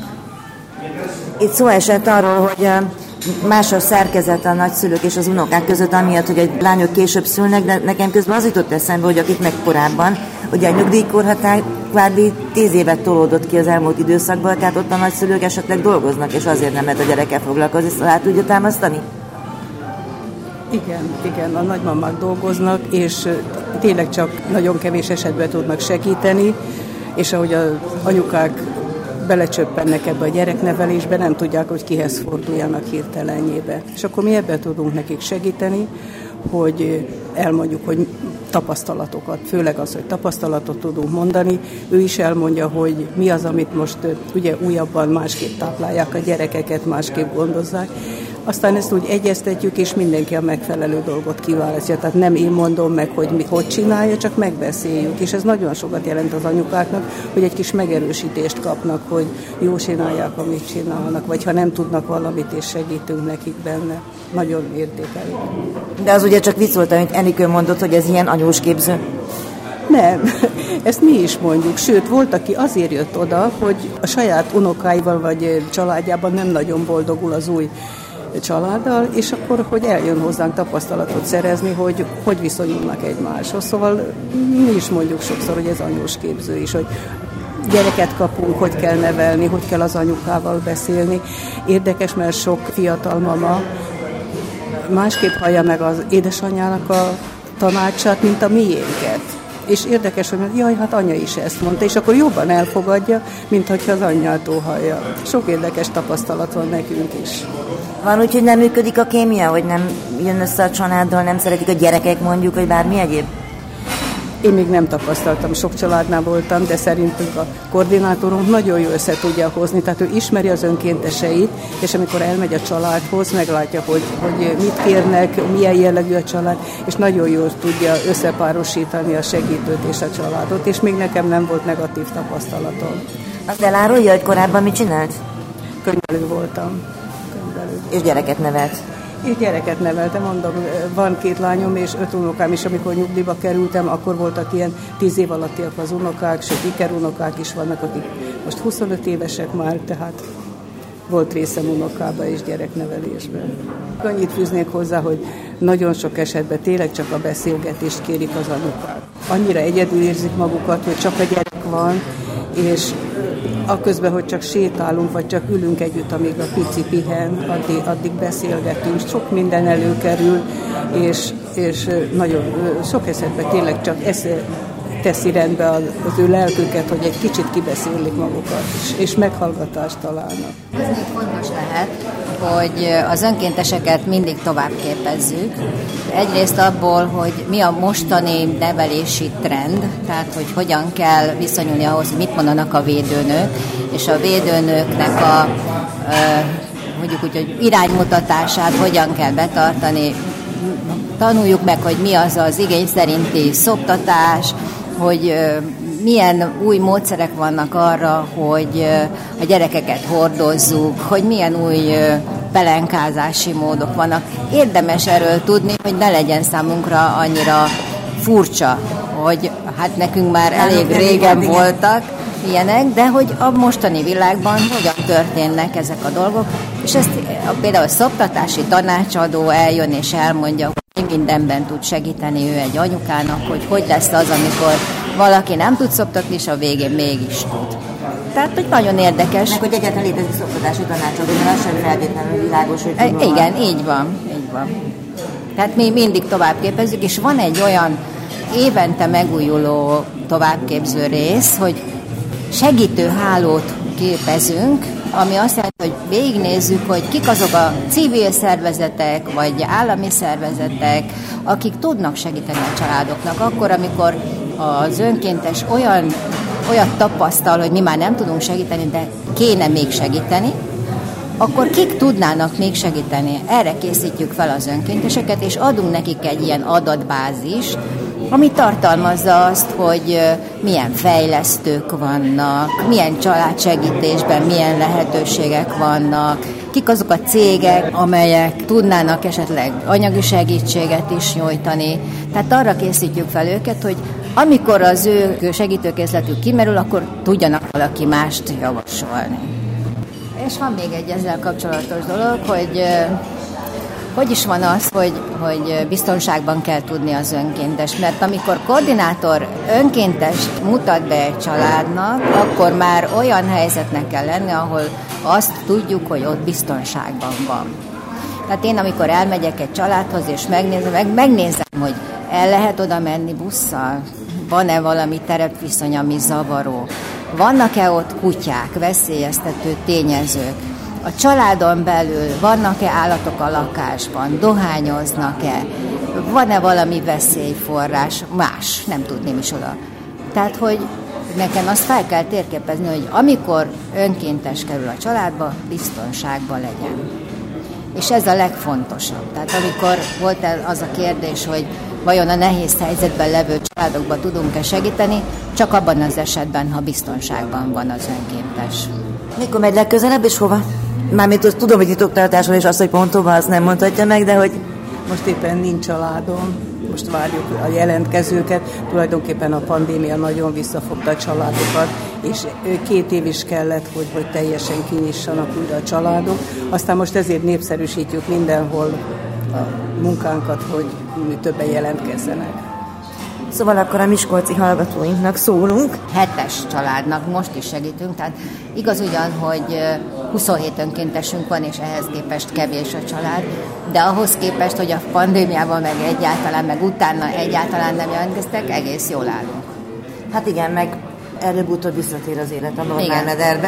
Itt szó esett arról, hogy más a szerkezet a nagyszülők és az unokák között, amiatt, hogy a lányok később szülnek, de nekem közben az jutott eszembe, hogy akik meg korábban, ugye a nyugdíjkorhatár kvázi tíz évet tolódott ki az elmúlt időszakban, tehát ott a nagyszülők esetleg dolgoznak, és azért nem lehet a gyerekkel foglalkozni, szóval hát tudja támasztani?
Igen, igen, a nagymamák dolgoznak, és tényleg csak nagyon kevés esetben tudnak segíteni, és ahogy az anyukák belecsöppennek ebbe a gyereknevelésbe, nem tudják, hogy kihez forduljanak hirtelenjébe. És akkor mi ebben tudunk nekik segíteni, hogy elmondjuk, hogy tapasztalatokat, főleg az, hogy tapasztalatot tudunk mondani. Ő is elmondja, hogy mi az, amit most ugye újabban másképp táplálják a gyerekeket, másképp gondozzák. Aztán ezt úgy egyeztetjük, és mindenki a megfelelő dolgot kiválasztja. Tehát nem én mondom meg, hogy mi, hogy csinálja, csak megbeszéljük. És ez nagyon sokat jelent az anyukáknak, hogy egy kis megerősítést kapnak, hogy jó csinálják, amit csinálnak, vagy ha nem tudnak valamit, és segítünk nekik benne. Nagyon értékelik.
De az ugye csak vicc volt, amit Enikő mondott, hogy ez ilyen anyósképző.
Nem, ezt mi is mondjuk. Sőt, volt, aki azért jött oda, hogy a saját unokáival vagy családjában nem nagyon boldogul az új családdal, és akkor, hogy eljön hozzánk tapasztalatot szerezni, hogy hogy viszonyulnak egymáshoz. Szóval mi is mondjuk sokszor, hogy ez anyós képző is, hogy gyereket kapunk, hogy kell nevelni, hogy kell az anyukával beszélni. Érdekes, mert sok fiatal mama másképp hallja meg az édesanyjának a tanácsát, mint a miénket. És érdekes, hogy jaj, hát anya is ezt mondta, és akkor jobban elfogadja, mint hogyha az anyjától hallja. Sok érdekes tapasztalat van nekünk is.
Van úgy, hogy nem működik a kémia, hogy nem jön össze a családdal, nem szeretik a gyerekek mondjuk, vagy bármi egyéb?
Én még nem tapasztaltam, sok családnál voltam, de szerintünk a koordinátorunk nagyon jól össze tudja hozni, tehát ő ismeri az önkénteseit, és amikor elmegy a családhoz, meglátja, hogy, hogy mit kérnek, milyen jellegű a család, és nagyon jól tudja összepárosítani a segítőt és a családot, és még nekem nem volt negatív tapasztalatom.
Azt elárulja, hogy korábban mit csinált?
Könyvelő voltam. Könyvelő.
És gyereket nevelt?
Én gyereket neveltem, mondom, van két lányom és öt unokám is, amikor nyugdíjba kerültem, akkor voltak ilyen tíz év alattiak az unokák, sőt ikerunokák is vannak, akik most huszonöt évesek már, tehát volt részem unokába és gyereknevelésben. Annyit fűznék hozzá, hogy nagyon sok esetben tényleg csak a beszélgetést kérik az anyukák. Annyira egyedül érzik magukat, hogy csak a gyerek van, és akközben, hogy csak sétálunk, vagy csak ülünk együtt, amíg a pici pihen, addig, addig beszélgetünk, sok minden előkerül, és, és nagyon sok esetben tényleg csak esze, teszi rendbe az, az ő lelküket, hogy egy kicsit kibeszélik magukat, és, és meghallgatást találnak.
Ez még fontos lehet, hogy az önkénteseket mindig tovább képezzük. Egyrészt abból, hogy mi a mostani nevelési trend, tehát hogy hogyan kell viszonyulni ahhoz, hogy mit mondanak a védőnök, és a védőnöknek a mondjuk úgy, hogy iránymutatását hogyan kell betartani. Tanuljuk meg, hogy mi az az igény szerinti szoptatás, hogy milyen új módszerek vannak arra, hogy a gyerekeket hordozzuk, hogy milyen új pelenkázási módok vannak. Érdemes erről tudni, hogy ne legyen számunkra annyira furcsa, hogy hát nekünk már elég régen voltak ilyenek, de hogy a mostani világban hogyan történnek ezek a dolgok, és ezt például a szoptatási tanácsadó eljön és elmondja, hogy mindenben tud segíteni ő egy anyukának, hogy hogy lesz az, amikor valaki nem tud szoptatni, és a végén mégis tud. Tehát, hogy nagyon érdekes.
Meg, hogy egyáltalán létezik szoptatási tanácsadó, mert az sem feltétlenül világos, hogy
e, Igen, így van, így van. Tehát mi mindig tovább képezzük, és van egy olyan évente megújuló továbbképző rész, hogy segítőhálót képezünk, ami azt jelenti, hogy végignézzük, hogy kik azok a civil szervezetek, vagy állami szervezetek, akik tudnak segíteni a családoknak, akkor, amikor az önkéntes olyan, olyat tapasztal, hogy mi már nem tudunk segíteni, de kéne még segíteni, akkor kik tudnának még segíteni? Erre készítjük fel az önkénteseket, és adunk nekik egy ilyen adatbázist, ami tartalmazza azt, hogy milyen fejlesztők vannak, milyen családsegítésben milyen lehetőségek vannak, kik azok a cégek, amelyek tudnának esetleg anyagi segítséget is nyújtani. Tehát arra készítjük fel őket, hogy amikor az ő segítőkészletük kimerül, akkor tudjanak valaki mást javasolni. És van még egy ezzel kapcsolatos dolog, hogy hogy is van az, hogy, hogy biztonságban kell tudni az önkéntes, mert amikor koordinátor önkéntest mutat be egy családnak, akkor már olyan helyzetnek kell lenni, ahol azt tudjuk, hogy ott biztonságban van. Tehát én, amikor elmegyek egy családhoz, és megnézem, meg, megnézem, hogy el lehet oda menni busszal, van-e valami terepviszony, ami zavaró, vannak-e ott kutyák, veszélyeztető tényezők, a családon belül vannak-e állatok a lakásban, dohányoznak-e, van-e valami veszélyforrás, más, nem tudném is oda. Tehát, hogy nekem azt fel kell térképezni, hogy amikor önkéntes kerül a családba, biztonságban legyen. És ez a legfontosabb. Tehát amikor volt az a kérdés, hogy vajon a nehéz helyzetben levő családokban tudunk-e segíteni, csak abban az esetben, ha biztonságban van az önkéntes.
Mikor megy legközelebb, és hova? Mármint azt tudom, hogy titoktartásról, és azt, hogy pont hova, azt nem mondhatja meg, de hogy...
Most éppen nincs családom, most várjuk a jelentkezőket. Tulajdonképpen a pandémia nagyon visszafogta a családokat, és két év is kellett, hogy, hogy teljesen kinyissanak újra a családok. Aztán most ezért népszerűsítjük mindenhol a munkánkat, hogy többen jelentkezzenek.
Szóval akkor a miskolci hallgatóinknak szólunk.
Hetes családnak most is segítünk, tehát igaz ugyan, hogy huszonhét önkéntesünk van, és ehhez képest kevés a család, de ahhoz képest, hogy a pandémiában meg egyáltalán, meg utána egyáltalán nem jelentkeztek, egész jól állunk.
Hát igen, meg előbb-utóbb visszatér az élet a normál mederbe.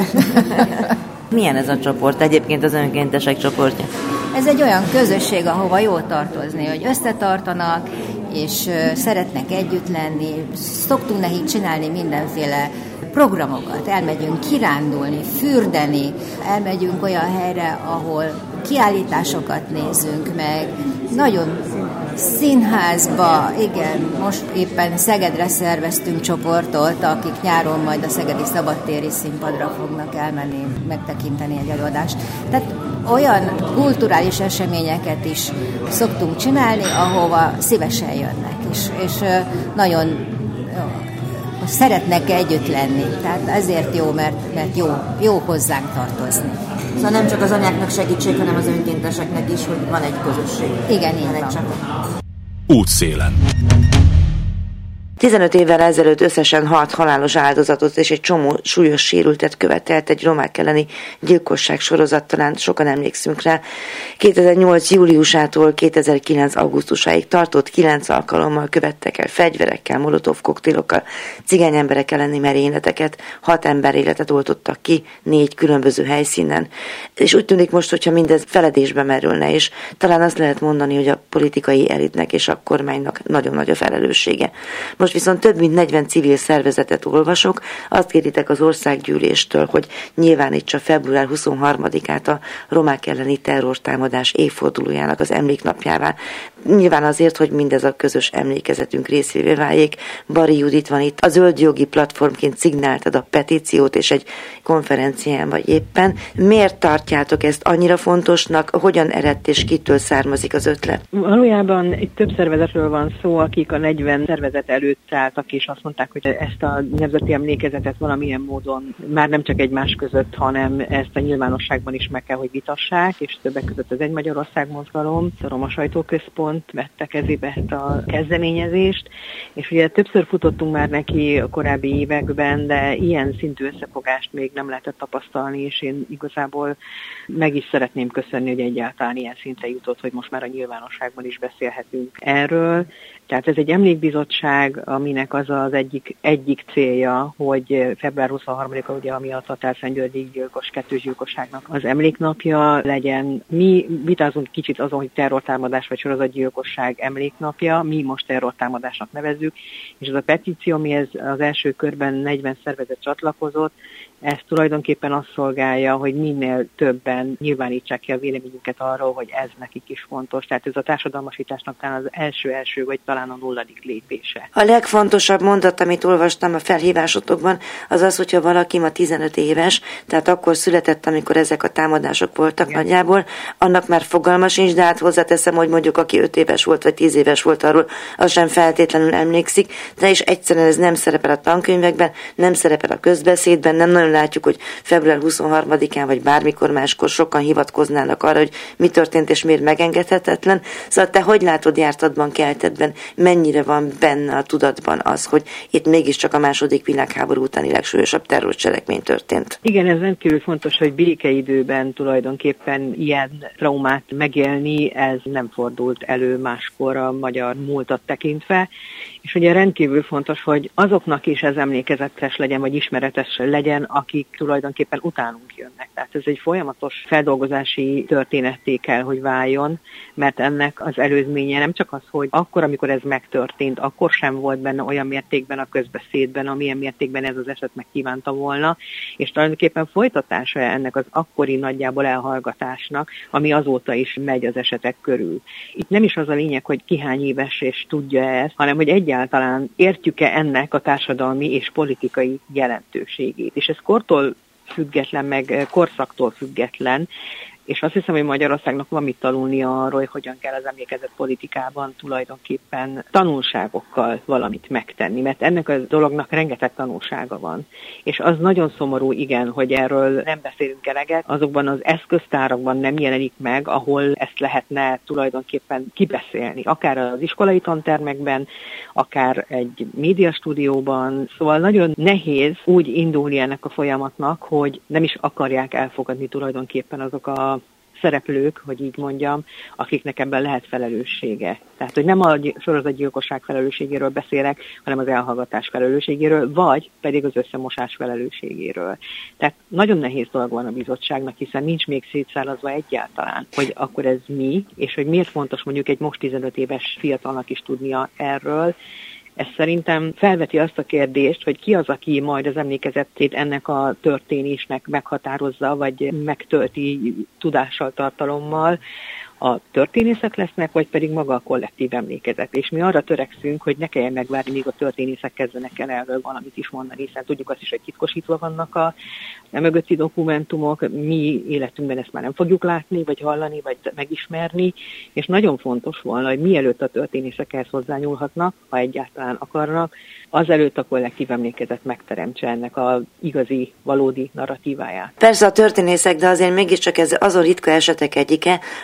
Milyen ez a csoport, egyébként az önkéntesek csoportja?
Ez egy olyan közösség, ahova jó tartozni, hogy összetartanak, és szeretnek együtt lenni. Szoktunk nekik csinálni mindenféle programokat. Elmegyünk kirándulni, fürdeni, elmegyünk olyan helyre, ahol kiállításokat nézünk meg. Nagyon színházba, igen, most éppen Szegedre szerveztünk csoportot, akik nyáron majd a szegedi szabadtéri színpadra fognak elmenni, megtekinteni egy előadást. Tehát olyan kulturális eseményeket is szoktunk csinálni, ahova szívesen jönnek, és, és nagyon szeretnek együtt lenni. Tehát ezért jó, mert, mert jó, jó hozzánk tartozni.
Szóval nem csak az anyáknak segítség, hanem az önkénteseknek is, hogy van egy közösség.
Igen, így van.
Útszélen.
tizenöt évvel ezelőtt összesen hat halálos áldozatot és egy csomó súlyos sérültet követelt egy romák elleni gyilkosság sorozat, talán sokan emlékszünk rá. kétezer-nyolc júliusától kétezer-kilenc augusztusáig tartott, kilenc alkalommal követtek el fegyverekkel, molotov koktélokkal, cigány emberek elleni merényleteket, hat ember életet oltottak ki négy különböző helyszínen. És úgy tűnik most, hogyha mindez feledésbe merülne, és talán azt lehet mondani, hogy a politikai elitnek és a kormánynak nagyon nagy a felelőssége. Most viszont több mint negyven civil szervezetet olvasok, azt kéritek az országgyűléstől, hogy nyilvánítsa február huszonharmadikát a romák elleni terrortámadás évfordulójának az emléknapjává. Nyilván azért, hogy mindez a közös emlékezetünk részévé váljék. Bari Judit van itt, a Zöld Jogi Platformként szignáltad a petíciót, és egy konferencián vagy éppen. Miért tartjátok ezt annyira fontosnak? Hogyan eredt és kitől származik az ötlet?
Valójában itt több szervezetről van szó, akik a negyven szervezet előtt szálltak, és azt mondták, hogy ezt a nemzeti emlékezetet valamilyen módon már nem csak egymás között, hanem ezt a nyilvánosságban is meg kell, hogy vitassák, és többek között az Egy Magyarország mozgalom, a Roma Sajtóközpont vette kezébe ezt a kezdeményezést, és ugye többször futottunk már neki a korábbi években, de ilyen szintű összefogást még nem lehetett tapasztalni, és én igazából meg is szeretném köszönni, hogy egyáltalán ilyen szintre jutott, hogy most már a nyilvánosságban is beszélhetünk erről. Tehát ez egy emlékbizottság, aminek az az egyik, egyik célja, hogy február huszonharmadika, ugye, ami a Tatárszentgyörgyi gyilkos, kettős gyilkosságnak az emléknapja legyen. Mi vitázunk kicsit azon, hogy terrortámadás vagy sorozatgyilkosság emléknapja, mi most terrortámadásnak nevezzük, és ez a petíció, amihez az első körben negyven szervezet csatlakozott, ez tulajdonképpen azt szolgálja, hogy minél többen nyilvánítsák ki a véleményüket arról, hogy ez nekik is fontos. Tehát ez a társadalmasításnak talán az első-első, vagy talán a nulladik lépése.
A legfontosabb mondat, amit olvastam a felhívásotokban, az az, hogyha valaki ma tizenöt éves, tehát akkor született, amikor ezek a támadások voltak. Igen. Nagyjából, annak már fogalma sincs, de hát hozzáteszem, hogy mondjuk aki öt éves volt, vagy tíz éves volt arról, az sem feltétlenül emlékszik, de is egyszerűen ez nem szerepel a tankönyvekben, nem szerepel a közbeszédben, nem nagyon látjuk, hogy február huszonharmadikán vagy bármikor máskor sokan hivatkoznának arra, hogy mi történt és miért megengedhetetlen. Szóval te hogy látod jártadban, keltedben, mennyire van benne a tudatban az, hogy itt mégiscsak a második világháború utáni legsúlyosabb terrorcselekmény történt?
Igen, ez rendkívül fontos, hogy békeidőben tulajdonképpen ilyen traumát megélni, ez nem fordult elő máskor a magyar múltat tekintve, és ugye rendkívül fontos, hogy azoknak is ez emlékezetes legyen, vagy ismeretes legyen, akik tulajdonképpen utánunk jönnek. Tehát ez egy folyamatos feldolgozási történetté kell, hogy váljon, mert ennek az előzménye nem csak az, hogy akkor, amikor ez megtörtént, akkor sem volt benne olyan mértékben a közbeszédben, amilyen mértékben ez az eset megkívánta volna, és tulajdonképpen folytatása ennek az akkori nagyjából elhallgatásnak, ami azóta is megy az esetek körül. Itt nem is az a lényeg, hogy ki hány éves és tudja ezt, hanem hogy egyáltalán értjük-e ennek a társadalmi és politikai jelentőségét. És ez kortól független, meg korszaktól független, és azt hiszem, hogy Magyarországnak van mit tanulnia arról, hogy hogyan kell az emlékezet politikában tulajdonképpen tanulságokkal valamit megtenni, mert ennek a dolognak rengeteg tanulsága van. És az nagyon szomorú, igen, hogy erről nem beszélünk eleget, azokban az eszköztárakban nem jelenik meg, ahol ezt lehetne tulajdonképpen kibeszélni, akár az iskolai tantermekben, akár egy médiastúdióban. Szóval nagyon nehéz úgy indulni ennek a folyamatnak, hogy nem is akarják elfogadni tulajdonképpen azok a szereplők, hogy így mondjam, akiknek ebben lehet felelőssége. Tehát, hogy nem a sorozatgyilkosság felelősségéről beszélek, hanem az elhallgatás felelősségéről, vagy pedig az összemosás felelősségéről. Tehát nagyon nehéz dolga van a bizottságnak, hiszen nincs még szétszállazva egyáltalán, hogy akkor ez mi, és hogy miért fontos mondjuk egy most tizenöt éves fiatalnak is tudnia erről. Ez szerintem felveti azt a kérdést, hogy ki az, aki majd az emlékezetét ennek a történésnek meghatározza, vagy megtölti tudással, tartalommal. A történészek lesznek, vagy pedig maga a kollektív emlékezet. És mi arra törekszünk, hogy ne kelljen megvárni, míg a történészek kezdenek el erről valamit is mondani, hiszen tudjuk azt is, hogy titkosítva vannak a mögötti dokumentumok, mi életünkben ezt már nem fogjuk látni, vagy hallani, vagy megismerni, és nagyon fontos volna, hogy mielőtt a történészek ehhez hozzányúlhatnak, ha egyáltalán akarnak, azelőtt a kollektív emlékezet megteremtse ennek az igazi, valódi narratíváját.
Persze a történészek, de azért mégiscsak ez azon ritka esetek egyike, amikor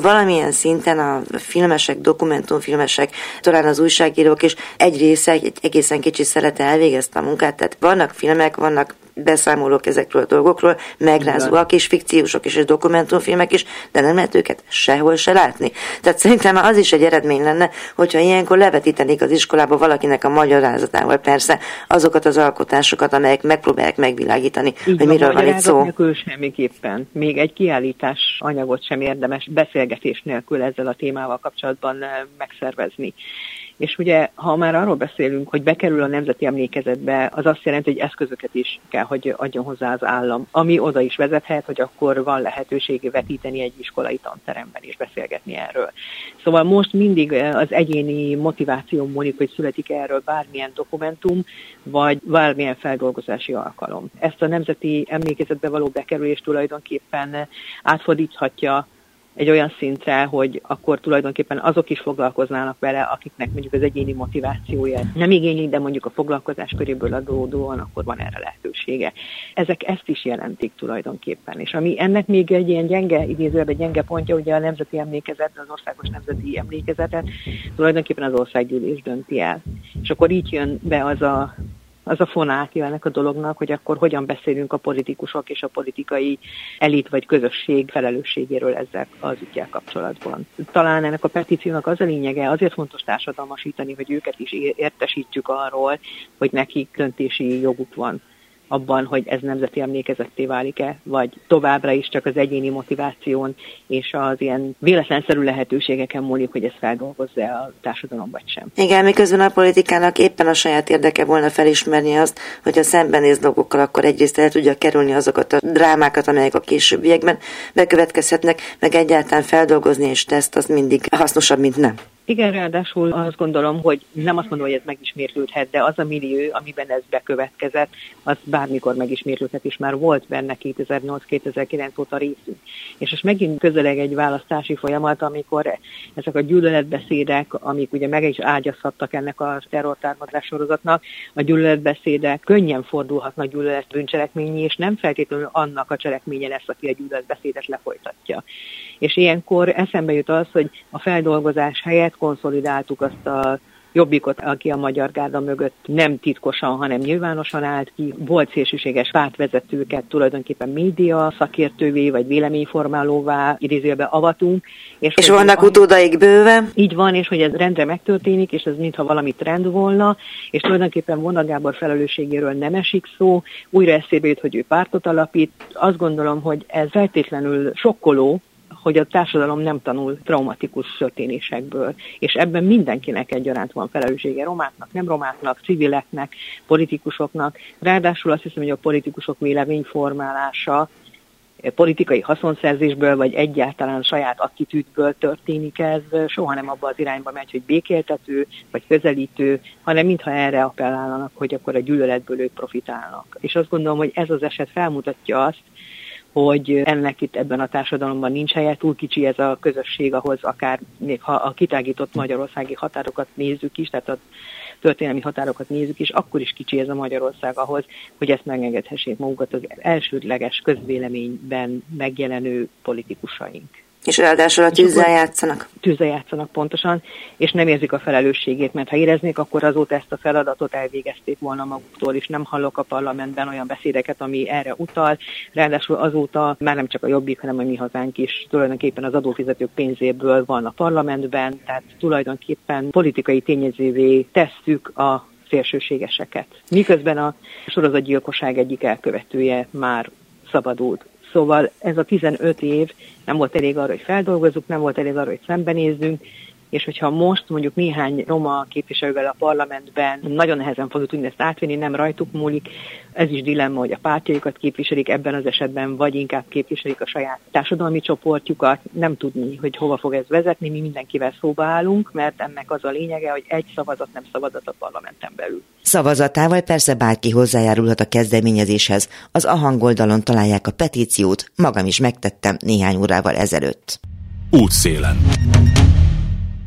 valamilyen szinten a filmesek, dokumentumfilmesek, talán az újságírók is egy része, egy egészen kicsi szelete elvégezte a munkát, tehát vannak filmek, vannak beszámolók ezekről a dolgokról, megrázóak és fikciósok és dokumentumfilmek is, de nem lehet őket sehol se látni. Tehát szerintem az is egy eredmény lenne, hogyha ilyenkor levetítenék az iskolába valakinek a magyarázatával persze azokat az alkotásokat, amelyek megpróbálják megvilágítani, így hogy miről van itt szó.
Nélkül semmiképpen. Még egy kiállítás anyagot sem érdemes beszélgetés nélkül ezzel a témával kapcsolatban megszervezni. És ugye, ha már arról beszélünk, hogy bekerül a nemzeti emlékezetbe, az azt jelenti, hogy eszközöket is kell, hogy adjon hozzá az állam, ami oda is vezethet, hogy akkor van lehetőség vetíteni egy iskolai tanteremben és beszélgetni erről. Szóval most mindig az egyéni motiváció múlik, hogy születik erről bármilyen dokumentum, vagy bármilyen feldolgozási alkalom. Ezt a nemzeti emlékezetbe való bekerülés tulajdonképpen átfordíthatja egy olyan szintre, hogy akkor tulajdonképpen azok is foglalkoznának vele, akiknek mondjuk az egyéni motivációja nem igényli, de mondjuk a foglalkozás köréből adódóan akkor van erre lehetősége. Ezek ezt is jelentik tulajdonképpen. És ami ennek még egy ilyen gyenge, idézőjelben gyenge pontja, ugye a nemzeti emlékezet, az országos nemzeti emlékezetet tulajdonképpen az országgyűlés dönti el. És akkor így jön be az a az a fonátja ennek a dolognak, hogy akkor hogyan beszélünk a politikusok és a politikai elit vagy közösség felelősségéről ezzel az üggyel kapcsolatban. Talán ennek a petíciónak az a lényege, azért fontos társadalmasítani, hogy őket is értesítjük arról, hogy nekik döntési joguk van abban, hogy ez nemzeti emlékezetté válik-e, vagy továbbra is csak az egyéni motiváción és az ilyen véletlenszerű lehetőségeken múlik, hogy ezt feldolgozza a társadalom vagy sem.
Igen, miközben a politikának éppen a saját érdeke volna felismerni azt, hogy ha szembenéz dolgokkal, akkor egyrészt el tudja kerülni azokat a drámákat, amelyek a későbbiekben bekövetkezhetnek, meg egyáltalán feldolgozni és teszt, az mindig hasznosabb, mint nem.
Igen, ráadásul azt gondolom, hogy nem azt mondom, hogy ez megismétlődhet, de az a millió, amiben ez bekövetkezett, az bármikor megismétlődhet, és már volt benne kétezer-nyolc-kétezer-kilenc óta részünk. És most megint közeleg egy választási folyamat, amikor ezek a gyűlöletbeszédek, amik ugye meg is ágyazhattak ennek a terrortámadás sorozatnak, a gyűlöletbeszédek könnyen fordulhatnak gyűlölet bűncselekményé, és nem feltétlenül annak a cselekménye lesz, aki a gyűlöletbeszédet lefolytatja. És ilyenkor eszembe jut az, hogy a feldolgozás helyett konszolidáltuk azt a Jobbikot, aki a Magyar Gárda mögött nem titkosan, hanem nyilvánosan állt ki. Volt szélsőséges pártvezetőket tulajdonképpen média szakértővé vagy véleményformálóvá idézőjelbe avatunk.
És, és vannak a... utódaik bőven.
Így van, és hogy ez rendre megtörténik, és ez mintha valami trend volna, és tulajdonképpen Vona Gábor felelősségéről nem esik szó. Újra eszébe jut, hogy ő pártot alapít. Azt gondolom, hogy ez feltétlenül sokkoló, hogy a társadalom nem tanul traumatikus történésekből, és ebben mindenkinek egyaránt van felelőssége, romáknak, nem romáknak, civileknek, politikusoknak. Ráadásul azt hiszem, hogy a politikusok véleményformálása politikai haszonszerzésből, vagy egyáltalán saját attitűdből történik ez, soha nem abba az irányba megy, hogy békéltető, vagy közelítő, hanem mintha erre appellálnak, hogy akkor a gyűlöletből ők profitálnak. És azt gondolom, hogy ez az eset felmutatja azt, hogy ennek itt ebben a társadalomban nincs helye, túl kicsi ez a közösség ahhoz, akár még ha a kitágított magyarországi határokat nézzük is, tehát a történelmi határokat nézzük is, akkor is kicsi ez a Magyarország ahhoz, hogy ezt megengedhessék magukat az elsődleges közvéleményben megjelenő politikusaink.
És ráadásul a tűzzel játszanak.
Tűzzel játszanak pontosan, és nem érzik a felelősségét, mert ha éreznék, akkor azóta ezt a feladatot elvégezték volna maguktól, és nem hallok a parlamentben olyan beszédeket, ami erre utal. Ráadásul azóta már nem csak a Jobbik, hanem a Mi Hazánk is tulajdonképpen az adófizetők pénzéből van a parlamentben, tehát tulajdonképpen politikai tényezővé tesszük a szélsőségeseket. Miközben a sorozatgyilkosság egyik elkövetője már szabadult. Szóval ez a tizenöt év nem volt elég arra, hogy feldolgozzuk, nem volt elég arra, hogy szembenézzünk, és hogyha most mondjuk néhány roma képviselővel a parlamentben nagyon nehezen fogjuk tudni ezt átvenni, nem rajtuk múlik, ez is dilemma, hogy a pártjaikat képviselik ebben az esetben, vagy inkább képviselik a saját társadalmi csoportjukat, nem tudni, hogy hova fog ez vezetni, mi mindenkivel szóba állunk, mert ennek az a lényege, hogy egy szavazat nem szavazat a parlamenten belül.
Szavazatával persze bárki hozzájárulhat a kezdeményezéshez. Az A Hangoldalon találják a petíciót, magam is megtettem néhány órával ezelőtt.
Útszélen.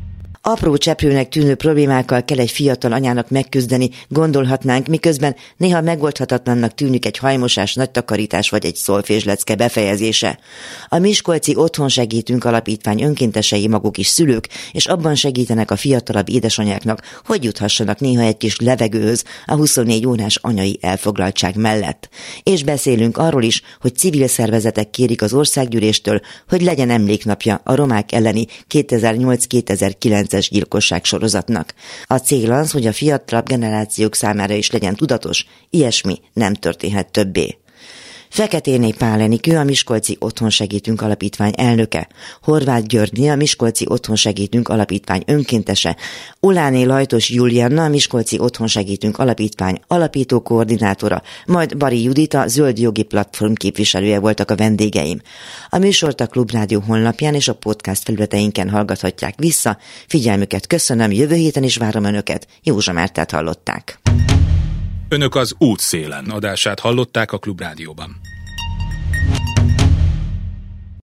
Apró cseprőnek tűnő problémákkal kell egy fiatal anyának megküzdeni, gondolhatnánk, miközben néha megoldhatatlannak tűnik egy hajmosás, nagy takarítás vagy egy szolfézslecke befejezése. A Miskolci Otthon Segítünk Alapítvány önkéntesei maguk is szülők, és abban segítenek a fiatalabb édesanyáknak, hogy juthassanak néha egy kis levegőhöz a huszonnégy órás anyai elfoglaltság mellett. És beszélünk arról is, hogy civil szervezetek kérik az országgyűléstől, hogy legyen emléknapja a romák elleni kétezer-nyolc-kétezer-kilences gyilkosság sorozatnak. A cél az, hogy a fiatalabb generációk számára is legyen tudatos, ilyesmi nem történhet többé. Feketéné Pál Enikő, a Miskolci Otthon Segítünk Alapítvány elnöke, Horváth György, a Miskolci Otthon Segítünk Alapítvány önkéntese, Uláné Lajtos Julianna, a Miskolci Otthon Segítünk Alapítvány alapító koordinátora, majd Bari Judit, a Zöld Jogi Platform képviselője voltak a vendégeim. A műsort a Klubrádió honlapján és a podcast felületeinken hallgathatják vissza. Figyelmüket köszönöm, jövő héten is várom Önöket. Józsa Mártát hallották.
Önök az Útszélen adását hallották a Klubrádióban.